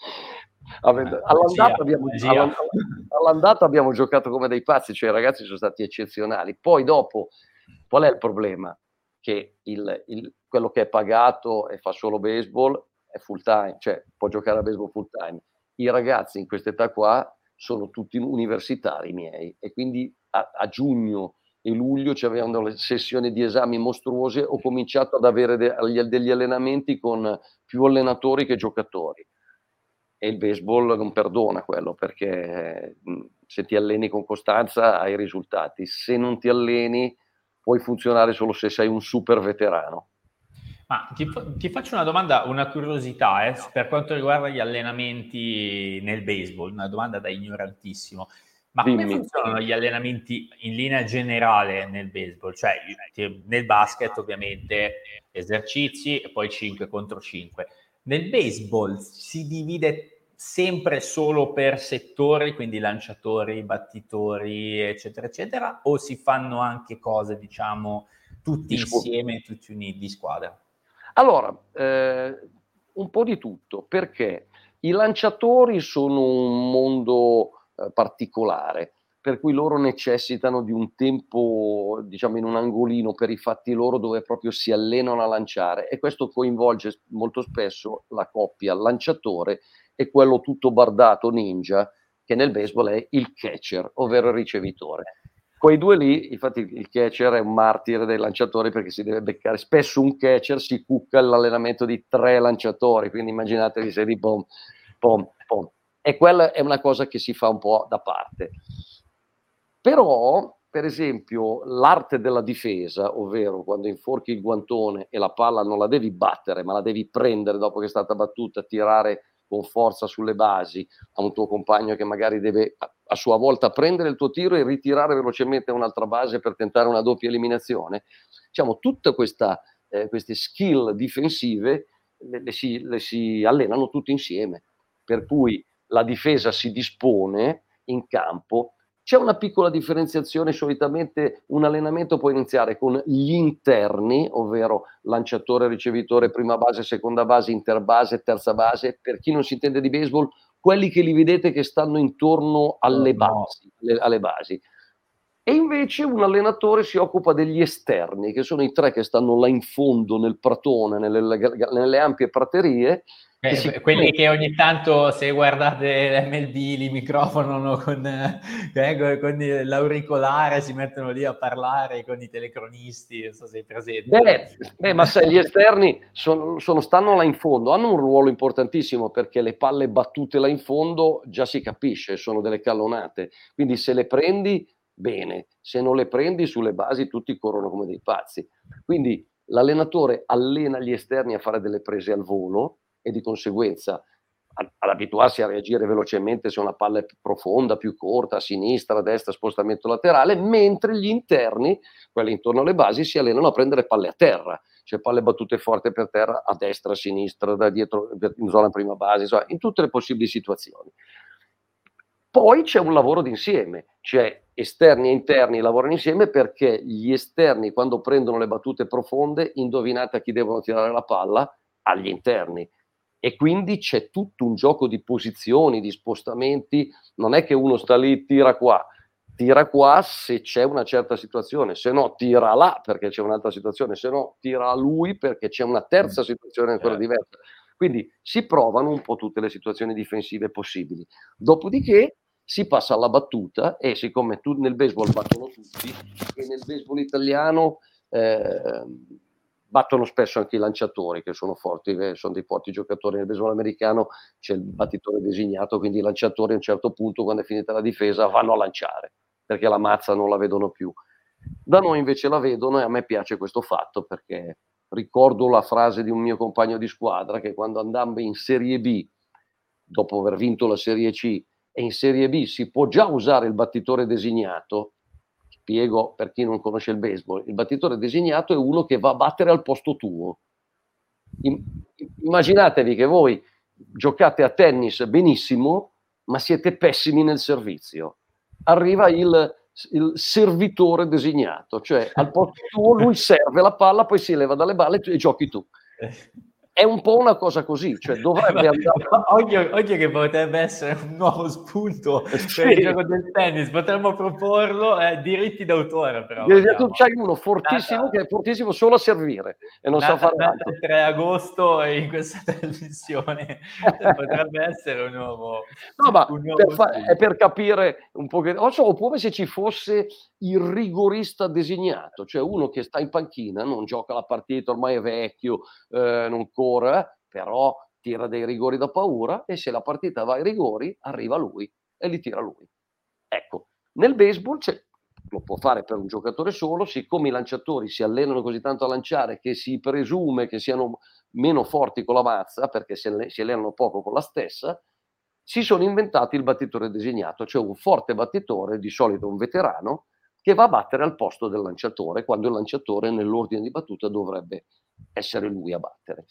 Magia, All'andata abbiamo, magia. all'andata abbiamo giocato come dei pazzi, cioè i ragazzi sono stati eccezionali. Poi dopo, qual è il problema? Che quello che è pagato e fa solo baseball è full time, cioè può giocare a baseball full time. I ragazzi in questa età qua sono tutti universitari miei e quindi a giugno e luglio c'avevano le sessioni di esami mostruose, ho cominciato ad avere degli allenamenti con più allenatori che giocatori e il baseball non perdona quello perché se ti alleni con costanza hai risultati, se non ti alleni puoi funzionare solo se sei un super veterano. Ma ti faccio una domanda, una curiosità, per quanto riguarda gli allenamenti nel baseball, una domanda da ignorantissimo. Ma come Dimmi. funzionano gli allenamenti in linea generale nel baseball? Cioè, nel basket ovviamente esercizi e poi 5 contro 5. Nel baseball si divide sempre solo per settori, quindi lanciatori, battitori, eccetera, eccetera, o si fanno anche cose, diciamo, tutti insieme, tutti uniti di squadra? Allora, un po' di tutto, perché i lanciatori sono un mondo particolare, per cui loro necessitano di un tempo, diciamo, in un angolino per i fatti loro dove proprio si allenano a lanciare e questo coinvolge molto spesso la coppia lanciatore e quello tutto bardato ninja che nel baseball è il catcher, ovvero il ricevitore. Quei due lì, infatti il catcher è un martire dei lanciatori perché si deve beccare, spesso un catcher si cucca l'allenamento di 3 lanciatori, quindi immaginatevi se di pom, pom, pom. E quella è una cosa che si fa un po' da parte. Però, per esempio, l'arte della difesa, ovvero quando inforchi il guantone e la palla non la devi battere, ma la devi prendere dopo che è stata battuta, tirare con forza sulle basi a un tuo compagno che magari deve a sua volta prendere il tuo tiro e ritirare velocemente a un'altra base per tentare una doppia eliminazione. Diciamo, tutte queste skill difensive le si allenano tutte insieme, per cui la difesa si dispone in campo. C'è una piccola differenziazione, solitamente un allenamento può iniziare con gli interni, ovvero lanciatore, ricevitore, prima base, seconda base, interbase, terza base. Per chi non si intende di baseball, quelli che li vedete che stanno intorno alle basi. E invece un allenatore si occupa degli esterni, che sono i 3 che stanno là in fondo nel pratone, nelle ampie praterie. Quelli che ogni tanto, se guardate l'MLB, li microfonano con l'auricolare, si mettono lì a parlare con i telecronisti, non so se sei presente. Ma sai, gli esterni stanno là in fondo, hanno un ruolo importantissimo perché le palle battute là in fondo già si capisce, sono delle callonate, quindi se le prendi bene, se non le prendi sulle basi tutti corrono come dei pazzi. Quindi l'allenatore allena gli esterni a fare delle prese al volo e di conseguenza ad abituarsi a reagire velocemente se una palla è più profonda, più corta, a sinistra, a destra, spostamento laterale, mentre gli interni, quelli intorno alle basi, si allenano a prendere palle a terra, cioè palle battute forte per terra, a destra, a sinistra, da dietro, in zona prima base, insomma, in tutte le possibili situazioni. Poi c'è un lavoro d'insieme, cioè esterni e interni lavorano insieme perché gli esterni quando prendono le battute profonde, indovinate a chi devono tirare la palla? Agli interni. E quindi c'è tutto un gioco di posizioni, di spostamenti, non è che uno sta lì, tira qua se c'è una certa situazione, se no tira là perché c'è un'altra situazione, se no tira a lui perché c'è una terza situazione ancora diversa. Quindi si provano un po' tutte le situazioni difensive possibili. Dopodiché si passa alla battuta e siccome nel baseball battono tutti e nel baseball italiano battono spesso anche i lanciatori che sono forti, sono dei forti giocatori. Nel baseball americano c'è il battitore designato, quindi i lanciatori a un certo punto, quando è finita la difesa, vanno a lanciare perché la mazza non la vedono più. Da noi invece la vedono e a me piace questo fatto perché ricordo la frase di un mio compagno di squadra che quando andammo in Serie B, dopo aver vinto la Serie C, e in Serie B si può già usare il battitore designato. Spiego per chi non conosce il baseball: il battitore designato è uno che va a battere al posto tuo. Immaginatevi che voi giocate a tennis benissimo, ma siete pessimi nel servizio. Arriva il servitore designato, cioè al posto tuo lui serve la palla, poi si leva dalle balle e giochi tu. È un po' una cosa così, cioè dovrebbe andare... Oggi che potrebbe essere un nuovo spunto Sì. per il gioco del tennis, potremmo proporlo, diritti d'autore però. Tu c'hai uno fortissimo che è fortissimo solo a servire e non sa fare altro. Il 3 agosto in questa trasmissione potrebbe essere un nuovo... No, ma è per capire un po' che... oppure se ci fosse il rigorista designato, cioè uno che sta in panchina, non gioca la partita, ormai è vecchio, non corre, però tira dei rigori da paura, e se la partita va ai rigori arriva lui e li tira lui. Ecco, nel baseball lo può fare per un giocatore solo, siccome i lanciatori si allenano così tanto a lanciare che si presume che siano meno forti con la mazza, perché si allenano poco con la stessa, si sono inventati il battitore designato, cioè un forte battitore, di solito un veterano, che va a battere al posto del lanciatore, quando il lanciatore nell'ordine di battuta dovrebbe essere lui a battere.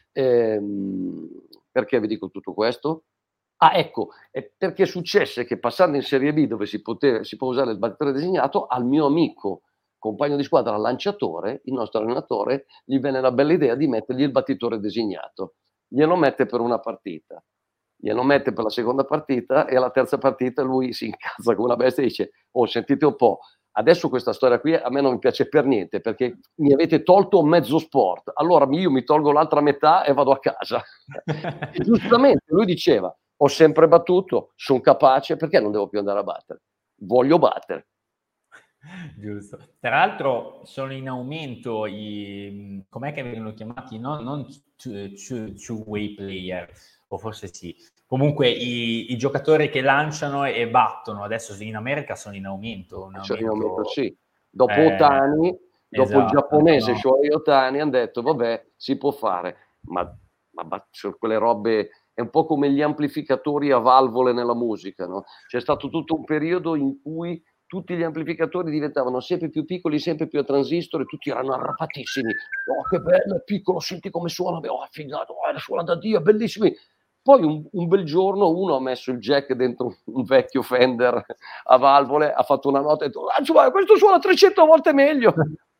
Perché vi dico tutto questo? Ecco, perché successe che passando in Serie B, dove si può usare il battitore designato, al mio amico compagno di squadra lanciatore, il nostro allenatore, gli venne la bella idea di mettergli il battitore designato. Glielo mette per una partita, glielo mette per la seconda partita, e alla terza partita lui si incazza come una bestia e dice: oh, sentite un po', adesso questa storia qui a me non mi piace per niente, perché mi avete tolto mezzo sport, allora io mi tolgo l'altra metà e vado a casa. E giustamente lui diceva: ho sempre battuto, sono capace, perché non devo più andare a battere? Voglio battere. Giusto. Tra l'altro sono in aumento com'è che vengono chiamati? Non two-way player, o forse sì. Comunque i giocatori che lanciano e battono, adesso in America sono in aumento. Sono in aumento, sì. Dopo Ohtani, dopo il giapponese Shohei Ohtani, hanno detto vabbè, si può fare, ma sono quelle robe... È un po' come gli amplificatori a valvole nella musica, no? C'è stato tutto un periodo in cui tutti gli amplificatori diventavano sempre più piccoli, sempre più a transistor, e tutti erano arrapatissimi. Oh, che bello, è piccolo, senti come suona, oh, figato, suona da Dio, bellissimi. Poi un bel giorno uno ha messo il jack dentro un vecchio Fender a valvole, ha fatto una nota e ha detto: questo suona 300 volte meglio.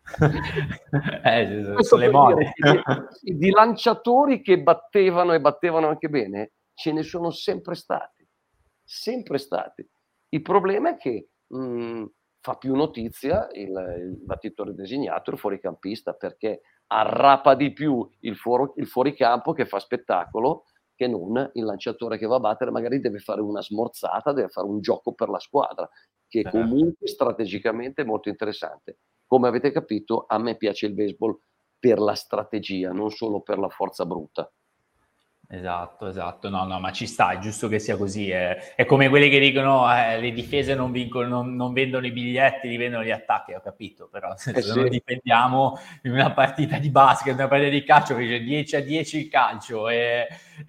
Sono le mode. Di lanciatori che battevano, e battevano anche bene, ce ne sono sempre stati. Il problema è che fa più notizia il battitore designato, il fuoricampista, perché arrapa di più il fuoricampo, che fa spettacolo, che non il lanciatore che va a battere. Magari deve fare una smorzata, deve fare un gioco per la squadra, che comunque strategicamente è molto interessante. Come avete capito, a me piace il baseball per la strategia, non solo per la forza bruta. Esatto, no, ma ci sta, è giusto che sia così. È come quelli che dicono le difese non vendono i biglietti, li vendono gli attacchi, ho capito, però se non difendiamo in una partita di basket, una partita di calcio che c'è 10-10 il calcio e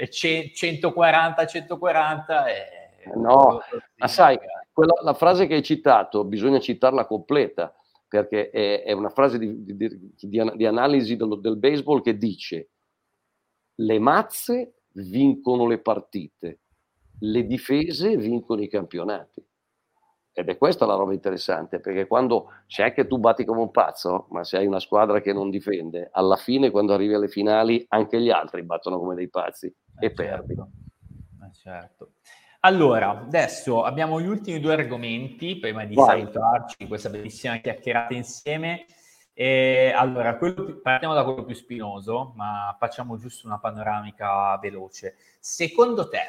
140-140 no, ma sai, la frase che hai citato bisogna citarla completa, perché è una frase di analisi del baseball, che dice: le mazze vincono le partite, le difese vincono i campionati. Ed è questa la roba interessante, perché quando c'è anche tu batti come un pazzo, ma se hai una squadra che non difende, alla fine, quando arrivi alle finali, anche gli altri battono come dei pazzi e perdi. Certo. Allora, adesso abbiamo gli ultimi due argomenti prima di salutarci questa bellissima chiacchierata insieme. Allora, partiamo da quello più spinoso, ma facciamo giusto una panoramica veloce. Secondo te,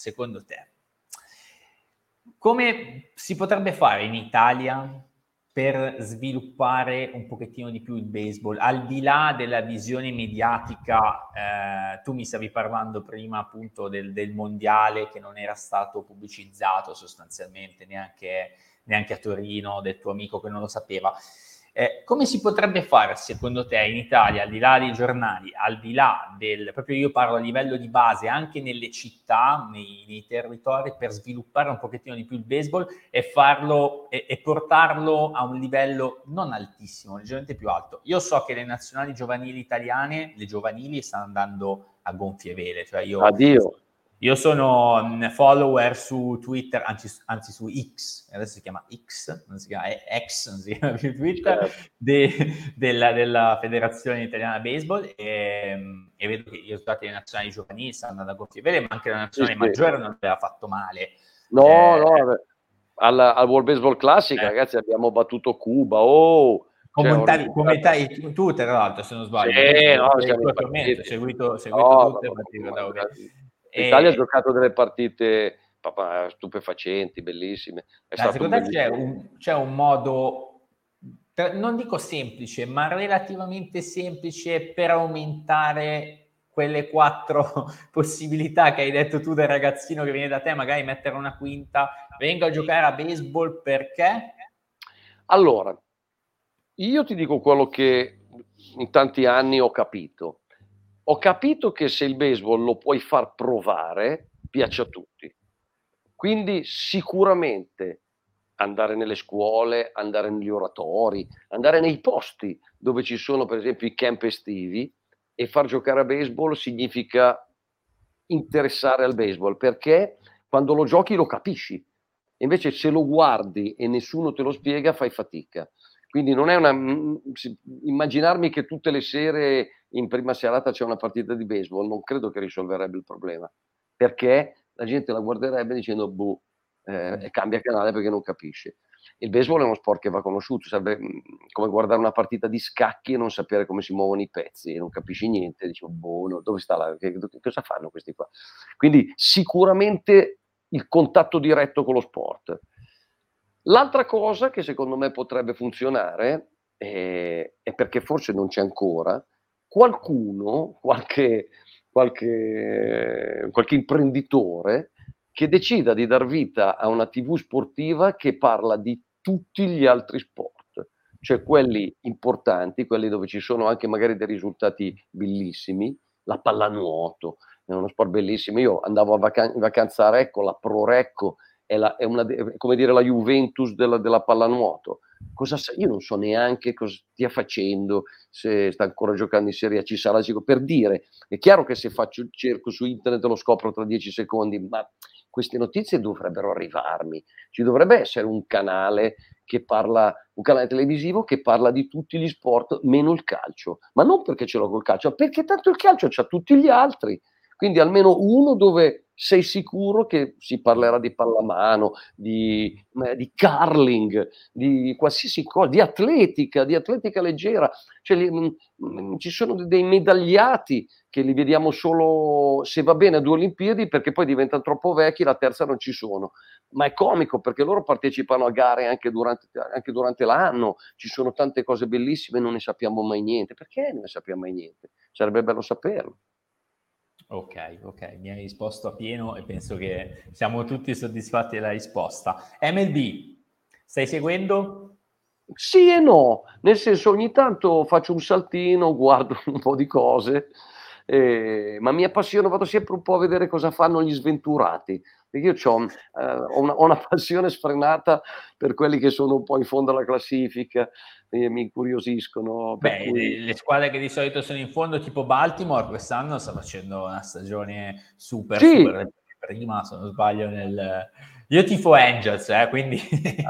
come si potrebbe fare in Italia per sviluppare un pochettino di più il baseball, al di là della visione mediatica? Tu mi stavi parlando prima appunto del mondiale, che non era stato pubblicizzato sostanzialmente neanche a Torino, del tuo amico che non lo sapeva. Come si potrebbe fare secondo te in Italia, al di là dei giornali, al di là proprio io parlo a livello di base, anche nelle città, nei territori, per sviluppare un pochettino di più il baseball e farlo e portarlo a un livello non altissimo, leggermente più alto? Io so che le nazionali giovanili italiane, le giovanili, stanno andando a gonfie vele, cioè io sono un follower su Twitter, anzi su X, adesso si chiama X, non si chiama X, non si chiama più Twitter, della Federazione Italiana Baseball, e vedo che i risultati delle nazionali giovanili stanno andando a gonfie vele, ma anche la nazionale maggiore non aveva fatto male. Al World Baseball Classic, ragazzi, abbiamo battuto Cuba, commentai tu, tra l'altro, se non sbaglio. Seguito tutte. L'Italia ha giocato delle partite stupefacenti, bellissime. Secondo te c'è un modo, non dico semplice, ma relativamente semplice per aumentare quelle 4 possibilità che hai detto tu del ragazzino che viene da te, magari mettere una quinta, vengo a giocare a baseball perché? Allora, io ti dico quello che in tanti anni ho capito. Ho capito che se il baseball lo puoi far provare, piace a tutti. Quindi sicuramente andare nelle scuole, andare negli oratori, andare nei posti dove ci sono per esempio i camp estivi e far giocare a baseball significa interessare al baseball, perché quando lo giochi lo capisci. Invece se lo guardi e nessuno te lo spiega fai fatica. Quindi non è immaginarmi che tutte le sere in prima serata c'è una partita di baseball, non credo che risolverebbe il problema, perché la gente la guarderebbe dicendo e cambia canale perché non capisce. Il baseball è uno sport che va conosciuto, sarebbe come guardare una partita di scacchi e non sapere come si muovono i pezzi e non capisci niente, dici dove sta cosa fanno questi qua? Quindi sicuramente il contatto diretto con lo sport. L'altra cosa che secondo me potrebbe funzionare è perché forse non c'è ancora qualcuno, qualche imprenditore che decida di dar vita a una TV sportiva che parla di tutti gli altri sport, cioè quelli importanti, quelli dove ci sono anche magari dei risultati bellissimi, la pallanuoto, è uno sport bellissimo. Io andavo in vacanza a Recco, la Pro Recco è come dire la Juventus della pallanuoto. Io non so neanche cosa stia facendo, se sta ancora giocando in Serie A, ci sarà per dire. È chiaro che se cerco su internet lo scopro tra 10 secondi, ma queste notizie dovrebbero arrivarmi. Ci dovrebbe essere un canale televisivo che parla di tutti gli sport meno il calcio, ma non perché ce l'ho col calcio, perché tanto il calcio c'ha tutti gli altri. Quindi almeno uno dove sei sicuro che si parlerà di pallamano, di curling, di qualsiasi cosa, di atletica leggera. Cioè, ci sono dei medagliati che li vediamo solo, se va bene, a 2 Olimpiadi, perché poi diventano troppo vecchi, la terza non ci sono. Ma è comico perché loro partecipano a gare anche durante l'anno, ci sono tante cose bellissime, non ne sappiamo mai niente. Perché non ne sappiamo mai niente? Sarebbe bello saperlo. Ok, mi hai risposto a pieno e penso che siamo tutti soddisfatti della risposta. MLB, stai seguendo? Sì e no, nel senso ogni tanto faccio un saltino, guardo un po' di cose, ma mi appassiona, vado sempre un po' a vedere cosa fanno gli sventurati, perché io ho una passione sfrenata per quelli che sono un po' in fondo alla classifica, mi incuriosiscono. Le squadre che di solito sono in fondo, tipo Baltimore, quest'anno sta facendo una stagione super prima, se non sbaglio, io tifo Angels, quindi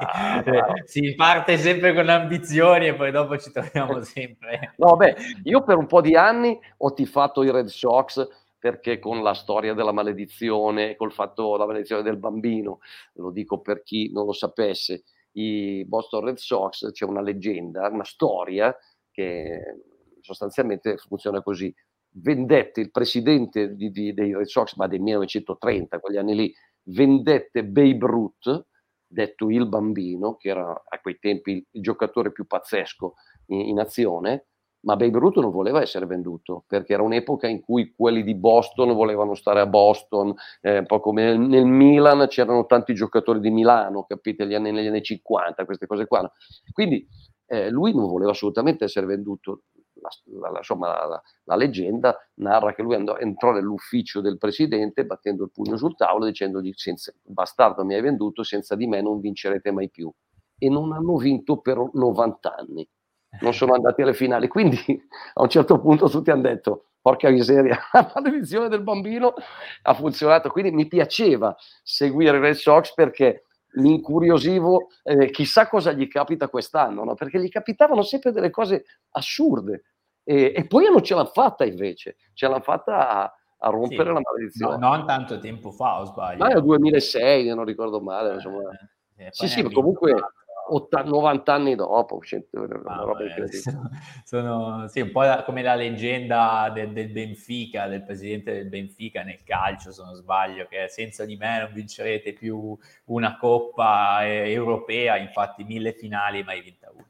si parte sempre con ambizioni e poi dopo ci troviamo sempre. No, io per un po' di anni ho tifato i Red Sox perché con la storia della maledizione, la maledizione del bambino, lo dico per chi non lo sapesse, i Boston Red Sox, c'è una leggenda, una storia che sostanzialmente funziona così. Vendette il presidente dei Red Sox, ma del 1930, quegli anni lì, vendette Babe Ruth, detto il bambino, che era a quei tempi il giocatore più pazzesco in azione, ma Babe Ruth non voleva essere venduto, perché era un'epoca in cui quelli di Boston volevano stare a Boston, un po' come nel Milan c'erano tanti giocatori di Milano, capite, negli anni 50, queste cose qua. Quindi lui non voleva assolutamente essere venduto. La leggenda narra che lui entrò nell'ufficio del presidente battendo il pugno sul tavolo dicendogli: bastardo, mi hai venduto, senza di me non vincerete mai più. E non hanno vinto per 90 anni, non sono andati alle finali, quindi a un certo punto tutti hanno detto: porca miseria, la maledizione del bambino ha funzionato. Quindi mi piaceva seguire i Red Sox perché mi incuriosivo, chissà cosa gli capita quest'anno, no? Perché gli capitavano sempre delle cose assurde e poi non ce l'hanno fatta, invece ce l'hanno fatta a rompere la maledizione. Non tanto tempo fa, o sbaglio? Ma è 2006, se non ricordo male, insomma. Sì, ma comunque 90 anni dopo, una roba incredibile. Sì, un po' come la leggenda del Benfica, del presidente del Benfica nel calcio, se non sbaglio, che senza di me non vincerete più una coppa europea, infatti 1000 finali, mai vinta una.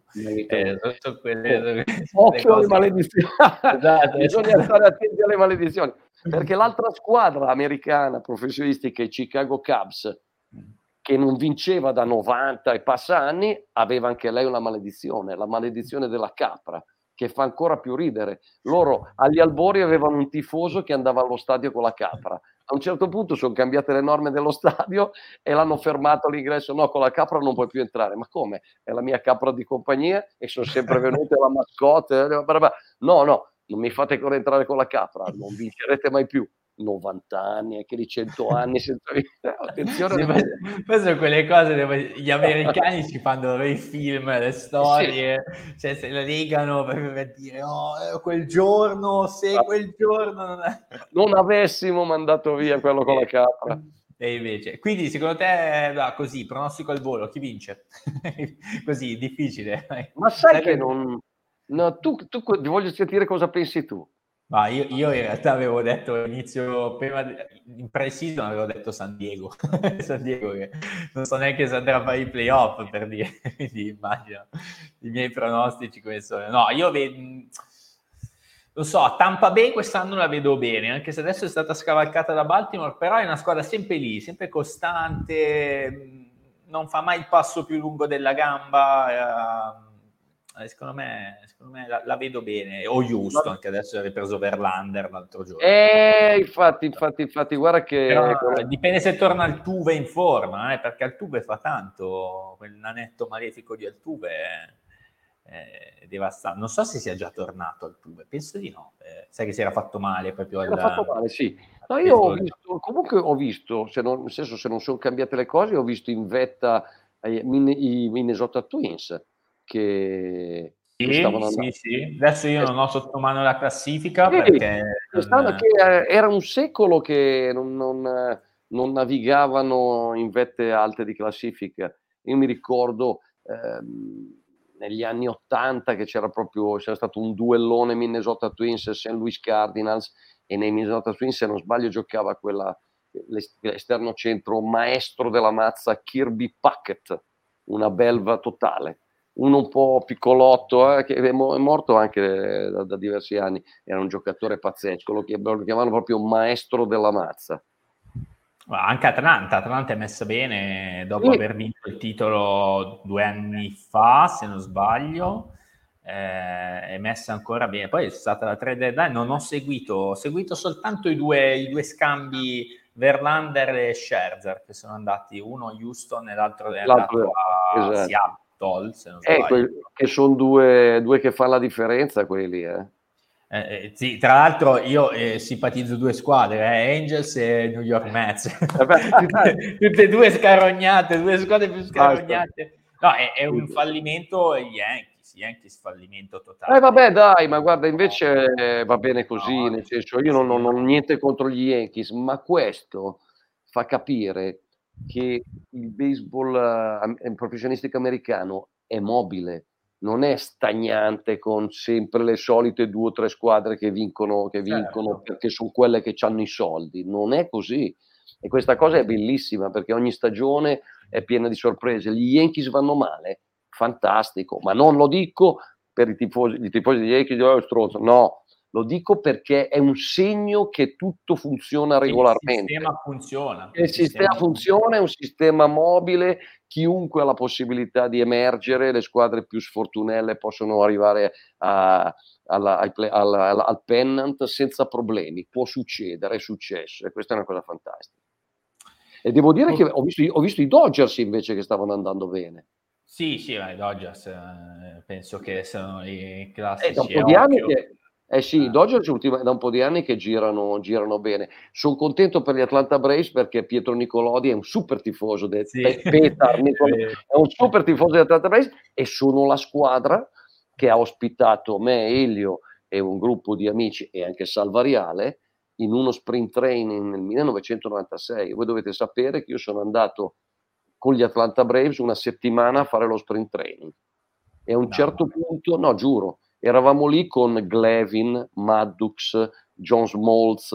Occhio alle maledizioni. Esatto, Bisogna stare attenti alle maledizioni, perché l'altra squadra americana professionistica, i Chicago Cubs, che non vinceva da 90 e passa anni, aveva anche lei una maledizione, la maledizione della capra, che fa ancora più ridere. Loro agli albori avevano un tifoso che andava allo stadio con la capra. A un certo punto sono cambiate le norme dello stadio e l'hanno fermato all'ingresso: no, con la capra non puoi più entrare. Ma come? È la mia capra di compagnia e sono sempre venute la mascotte. No, non mi fate ancora entrare con la capra, non vincerete mai più. 90 anni, anche di 100 anni senza attenzione. Poi sono quelle cose dove gli americani ci fanno i film, le storie, cioè se le legano per dire quel giorno, se quel giorno non avessimo mandato via quello con la capra. E invece, quindi secondo te, così, pronostico al volo, chi vince? Così, difficile. Ma sai che non... No, tu ti voglio sentire cosa pensi tu. Ma io in realtà avevo detto all'inizio, prima in pre-season avevo detto San Diego. San Diego, che non so neanche se andrà a fare i playoff, per dire, quindi immagino i miei pronostici come sono. No, io lo so, Tampa Bay quest'anno la vedo bene, anche se adesso è stata scavalcata da Baltimore, però è una squadra sempre lì, sempre costante, non fa mai il passo più lungo della gamba. Secondo me la vedo bene. O Houston, che adesso ha ripreso Verlander l'altro giorno. Infatti, guarda che... Però, dipende se torna Altuve in forma, perché Altuve fa tanto, quel nanetto malefico di Altuve è devastante. Non so se sia già tornato Altuve, penso di no. Sai che si era fatto male proprio fatto male, sì. No, io ho visto, nel senso, se non sono cambiate le cose, ho visto in vetta i Minnesota Twins che stavano andando. Sì. Adesso io non ho sotto mano la classifica perché era un secolo che non navigavano in vette alte di classifica. Io mi ricordo negli anni 80 che c'era stato un duellone Minnesota Twins e St. Louis Cardinals, e nei Minnesota Twins, se non sbaglio, giocava l'esterno centro maestro della mazza Kirby Puckett, una belva totale, uno un po' piccolotto, che è morto anche da diversi anni. Era un giocatore pazzesco, lo chiamavano proprio maestro della mazza. Anche Atlanta è messa bene dopo aver vinto il titolo 2 anni fa, se non sbaglio. È messa ancora bene. Poi è stata la trade deadline, non ho seguito soltanto i due scambi Verlander e Scherzer, che sono andati, uno a Houston e l'altro è andato a Seattle, se non sbaglio. Che sono due che fanno la differenza, quelli, sì, tra l'altro io simpatizzo due squadre, Angels e New York Mets. Tutte e due scarrognate, due squadre più scarrognate. No, è un fallimento Yankees fallimento totale. Vabbè, dai, ma guarda, invece va bene così, nel senso, io non ho niente contro gli Yankees, ma questo fa capire che il baseball professionistico americano è mobile, non è stagnante con sempre le solite 2 o 3 squadre che vincono perché sono quelle che hanno i soldi. Non è così. E questa cosa è bellissima, perché ogni stagione è piena di sorprese. Gli Yankees vanno male, fantastico, ma non lo dico per i tifosi degli Yankees, stronzo. No, lo dico perché è un segno che tutto funziona regolarmente. Il sistema funziona. Il sistema funziona, è un sistema mobile, chiunque ha la possibilità di emergere, le squadre più sfortunelle possono arrivare al pennant senza problemi, può succedere, è successo e questa è una cosa fantastica. E devo dire che ho visto i Dodgers invece che stavano andando bene. Sì, i Dodgers penso che sono i classici. Da un po' di anni i Dodgers da un po' di anni che girano bene. Son contento per gli Atlanta Braves perché Pietro Nicolodi è un super tifoso è un super tifoso degli Atlanta Braves e sono la squadra che ha ospitato me, Elio e un gruppo di amici e anche Salvariale in uno spring training nel 1996. Voi dovete sapere che io sono andato con gli Atlanta Braves una settimana a fare lo sprint training e a un certo punto, no giuro, eravamo lì con Glavin, Maddux, John Smoltz,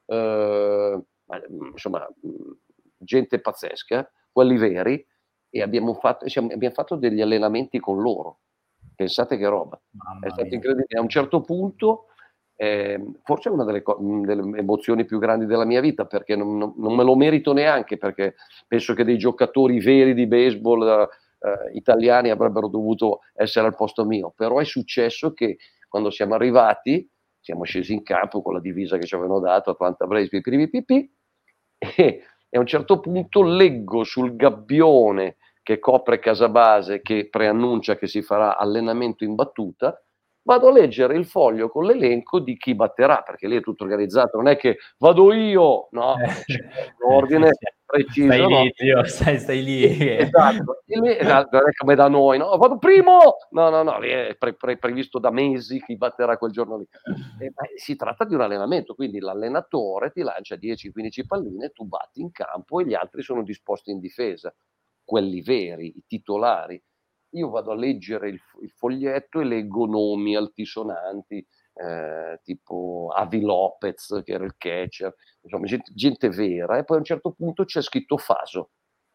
insomma gente pazzesca, quelli veri, e abbiamo fatto degli allenamenti con loro. Pensate che roba, è stato incredibile. A un certo punto forse è una delle emozioni più grandi della mia vita, perché non me lo merito neanche, perché penso che dei giocatori veri di baseball italiani avrebbero dovuto essere al posto mio, però è successo che quando siamo arrivati siamo scesi in campo con la divisa che ci avevano dato, Atlanta Braves, e a un certo punto leggo sul gabbione che copre casa base, che preannuncia che si farà allenamento in battuta, vado a leggere il foglio con l'elenco di chi batterà, perché lì è tutto organizzato, non è che vado io, no, c'è un ordine preciso. Stai lì. Esatto, non è come da noi, no, vado primo! No, lì è previsto da mesi chi batterà quel giorno lì. Si tratta di un allenamento, quindi l'allenatore ti lancia 10-15 palline, tu batti in campo e gli altri sono disposti in difesa, quelli veri, i titolari. Io vado a leggere il foglietto e leggo nomi altisonanti, tipo Avi Lopez, che era il catcher, insomma, gente vera, e poi a un certo punto c'è scritto Faso.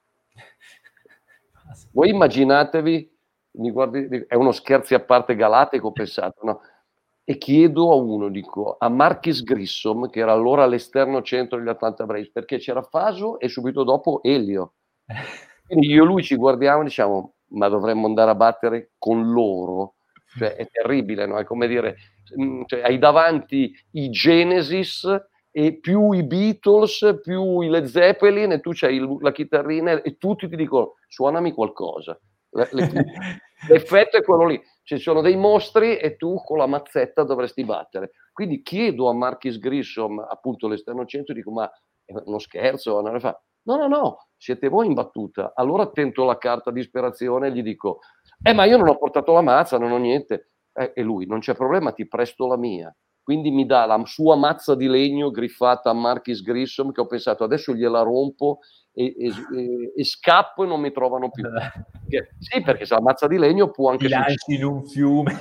Voi immaginatevi, mi guardi, è uno scherzi a parte galattico, ho pensato, no? E chiedo a uno, dico, a Marquis Grissom, che era allora all'esterno centro degli Atlanta Braves, perché c'era Faso e subito dopo Elio. Quindi io e lui ci guardiamo e diciamo, ma dovremmo andare a battere con loro? Cioè è terribile, no? È come dire, cioè, hai davanti i Genesis e più i Beatles, più i Led Zeppelin, e tu c'hai la chitarrina e tutti ti dicono suonami qualcosa. L'effetto è quello lì, ci sono dei mostri e tu con la mazzetta dovresti battere. Quindi chiedo a Marquis Grissom, appunto l'esterno centro, dico ma è uno scherzo? Non ne fa. No, siete voi in battuta. Allora tento la carta di disperazione e gli dico ma io non ho portato la mazza, non ho niente. E lui, non c'è problema, ti presto la mia. Quindi mi dà la sua mazza di legno griffata a Marquis Grissom, che ho pensato adesso gliela rompo e scappo e non mi trovano più. Sì, perché se la mazza di legno può anche ti lanci in un fiume.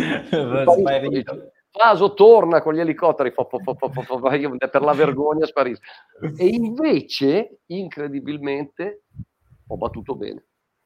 Faso torna con gli elicotteri, per la vergogna sparisco. E invece, incredibilmente, ho battuto bene.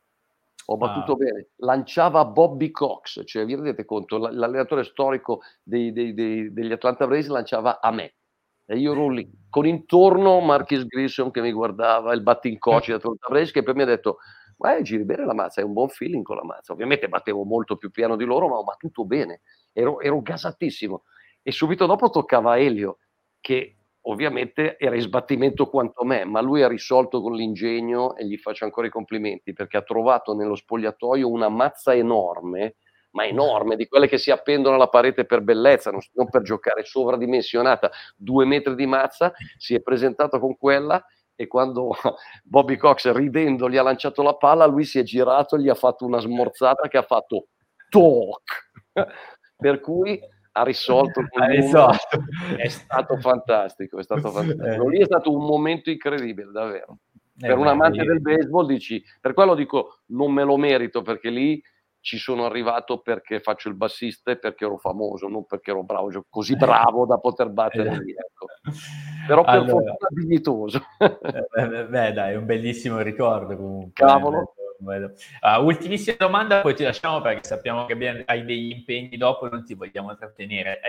Lanciava Bobby Cox, cioè vi rendete conto, l'allenatore storico degli Atlanta Braves lanciava a me. E io ero lì, con intorno Marquis Grissom che mi guardava, il batting coach di Atlanta Braves, che poi mi ha detto giri bene la mazza, hai un buon feeling con la mazza. Ovviamente battevo molto più piano di loro, ma ho battuto bene, ero gasatissimo. E subito dopo toccava a Elio, che ovviamente era in sbattimento quanto me, ma lui ha risolto con l'ingegno, e gli faccio ancora i complimenti, perché ha trovato nello spogliatoio una mazza enorme, ma enorme, di quelle che si appendono alla parete per bellezza, non per giocare, sovradimensionata, 2 metri di mazza, si è presentato con quella, e quando Bobby Cox ridendo gli ha lanciato la palla, lui si è girato e gli ha fatto una smorzata che ha fatto toc, per cui ha risolto. È stato fantastico, lì è stato un momento incredibile, davvero. Per un amante del baseball dici, per quello dico non me lo merito, perché lì ci sono arrivato perché faccio il bassista e perché ero famoso, non perché ero bravo, così bravo da poter battere lì, ecco. Però per fortuna dignitoso. Dai, è un bellissimo ricordo comunque. Cavolo. Ultimissima domanda, poi ti lasciamo perché sappiamo che hai degli impegni dopo, non ti vogliamo trattenere.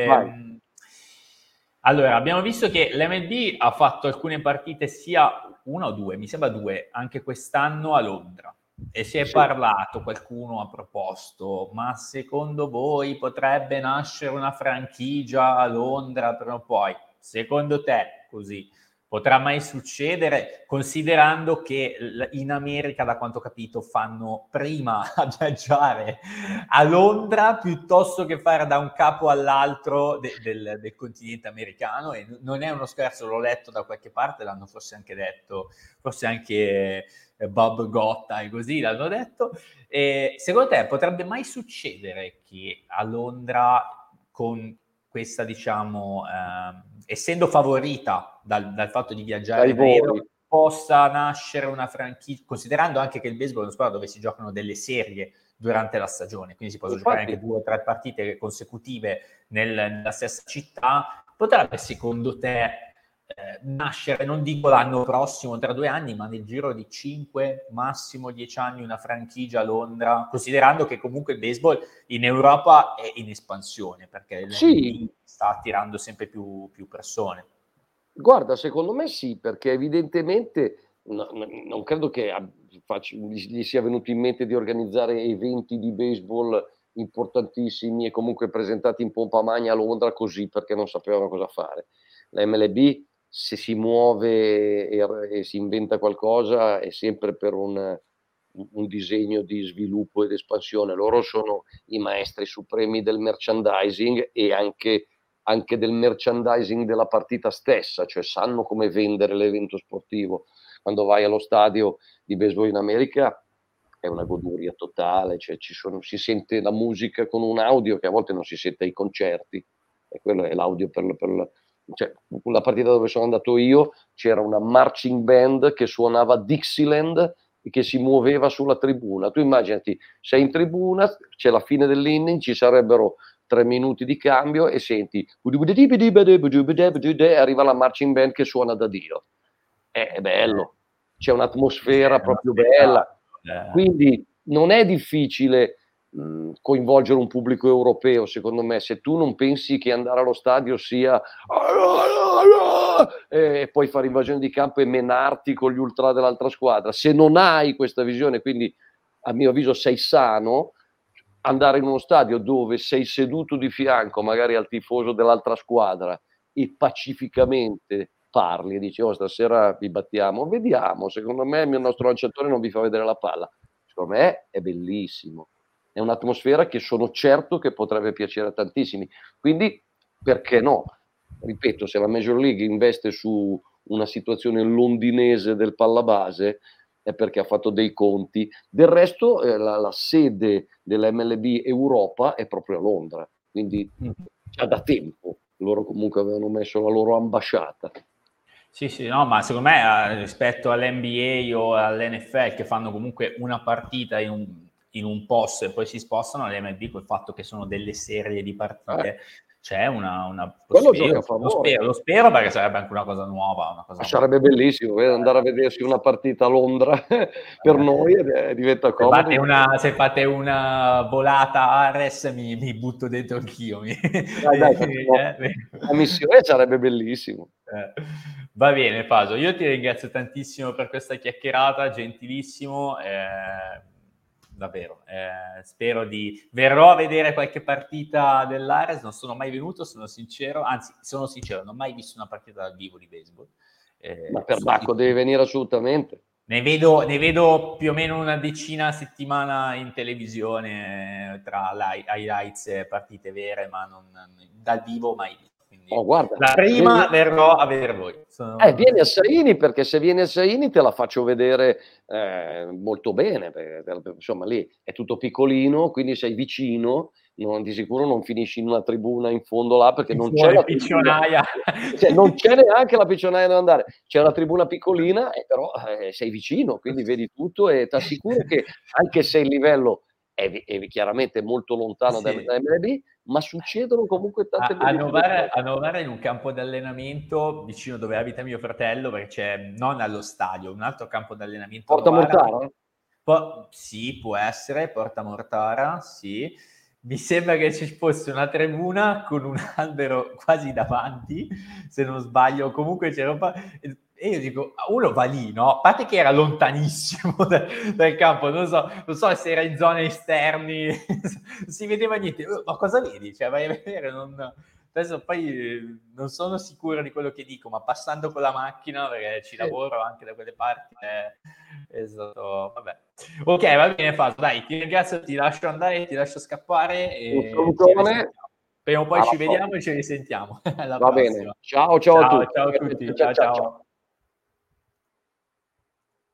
Allora, abbiamo visto che l'MLB ha fatto alcune partite, sia una o due, mi sembra due, anche quest'anno a Londra. E si è parlato, qualcuno ha proposto, ma secondo voi potrebbe nascere una franchigia a Londra prima o poi? Secondo te, così, potrà mai succedere, considerando che in America, da quanto ho capito, fanno prima a viaggiare a Londra piuttosto che fare da un capo all'altro del continente americano? E non è uno scherzo, l'ho letto da qualche parte, l'hanno forse anche detto, forse anche Bob Gotta e così l'hanno detto. E secondo te potrebbe mai succedere che a Londra, con questa, diciamo, essendo favorita dal fatto di viaggiare in aereo, possa nascere una franchigia, considerando anche che il baseball è uno sport dove si giocano delle serie durante la stagione, quindi si possono giocare anche 2 o 3 partite consecutive nella stessa città, potrebbe secondo te nascere, non dico l'anno prossimo, tra 2 anni, ma nel giro di 5, massimo 10 anni, una franchigia a Londra, considerando che comunque il baseball in Europa è in espansione, perché l'NBA sta attirando sempre più persone. Guarda, secondo me sì, perché evidentemente non credo che gli sia venuto in mente di organizzare eventi di baseball importantissimi e comunque presentati in pompa magna a Londra così, perché non sapevano cosa fare. La MLB, se si muove e si inventa qualcosa, è sempre per un disegno di sviluppo ed espansione. Loro sono i maestri supremi del merchandising e anche del merchandising della partita stessa, cioè sanno come vendere l'evento sportivo. Quando vai allo stadio di baseball in America è una goduria totale, cioè si sente la musica con un audio che a volte non si sente ai concerti, e quello è l'audio cioè, la partita dove sono andato io c'era una marching band che suonava Dixieland e che si muoveva sulla tribuna. Tu immaginati, sei in tribuna, c'è la fine dell'inning, ci sarebbero 3 minuti di cambio e senti e arriva la marching band che suona da Dio. È bello, c'è un'atmosfera proprio bella, quindi non è difficile coinvolgere un pubblico europeo, secondo me. Se tu non pensi che andare allo stadio sia e poi fare invasione di campo e menarti con gli ultra dell'altra squadra, se non hai questa visione, quindi a mio avviso sei sano, andare in uno stadio dove sei seduto di fianco magari al tifoso dell'altra squadra e pacificamente parli e dici stasera vi battiamo, vediamo, secondo me il nostro lanciatore non vi fa vedere la palla, secondo me è bellissimo, è un'atmosfera che sono certo che potrebbe piacere a tantissimi, quindi perché no? Ripeto, se la Major League investe su una situazione londinese del pallabase è perché ha fatto dei conti. Del resto la sede dell'MLB Europa è proprio a Londra, quindi già da tempo loro comunque avevano messo la loro ambasciata. Sì, no, ma secondo me rispetto all'NBA o all'NFL che fanno comunque una partita in un posto e poi si spostano, all'MLB col fatto che sono delle serie di partite c'è una possibilità. Lo spero perché sarebbe anche una cosa nuova. Sarebbe bellissimo andare a vedersi una partita a Londra per noi diventa comodo. Se fate una volata a Ares mi butto dentro anch'io. La missione sarebbe bellissimo. Va bene, Paso, io ti ringrazio tantissimo per questa chiacchierata, gentilissimo. Davvero, spero verrò a vedere qualche partita dell'Ares, non sono mai venuto, sono sincero, non ho mai visto una partita dal vivo di baseball. Ma per Bacco devi venire assolutamente. Ne vedo più o meno una decina a settimana in televisione tra highlights e partite vere, ma non dal vivo mai visto. Guarda, la prima verrò a vedere voi. Vieni a Saini, perché se vieni a Saini te la faccio vedere molto bene, perché insomma lì è tutto piccolino, quindi sei vicino, di sicuro non finisci in una tribuna in fondo là, perché non c'è la piccionaia. Cioè, non c'è neanche la piccionaia dove andare, c'è una tribuna piccolina, però sei vicino, quindi vedi tutto e ti assicuro che anche se il livello è chiaramente molto lontano da MLB, ma succedono comunque tante a Novara in un campo d'allenamento vicino dove abita mio fratello, perché c'è non allo stadio, un altro campo d'allenamento Porta Mortara? Sì, può essere, Porta Mortara, sì. Mi sembra che ci fosse una tribuna con un albero quasi davanti, se non sbaglio, comunque c'era un po'... E io dico, uno va lì, no? A parte che era lontanissimo dal campo, non so se era in zone esterni, non si vedeva niente. Ma cosa vedi? Cioè, vai a vedere, adesso poi non sono sicuro di quello che dico, ma passando con la macchina, perché ci lavoro anche da quelle parti, è stato... Vabbè. Ok, va bene, Fabio, dai, ti ringrazio, ti lascio andare, ti lascio scappare Un e ci salutone. risentiamo. Prima o poi Alla ci vediamo prossima. e ci risentiamo. Alla Va bene. prossima. Ciao a Ciao, tutti. ciao a tutti. Ciao, Ciao, ciao, ciao. ciao.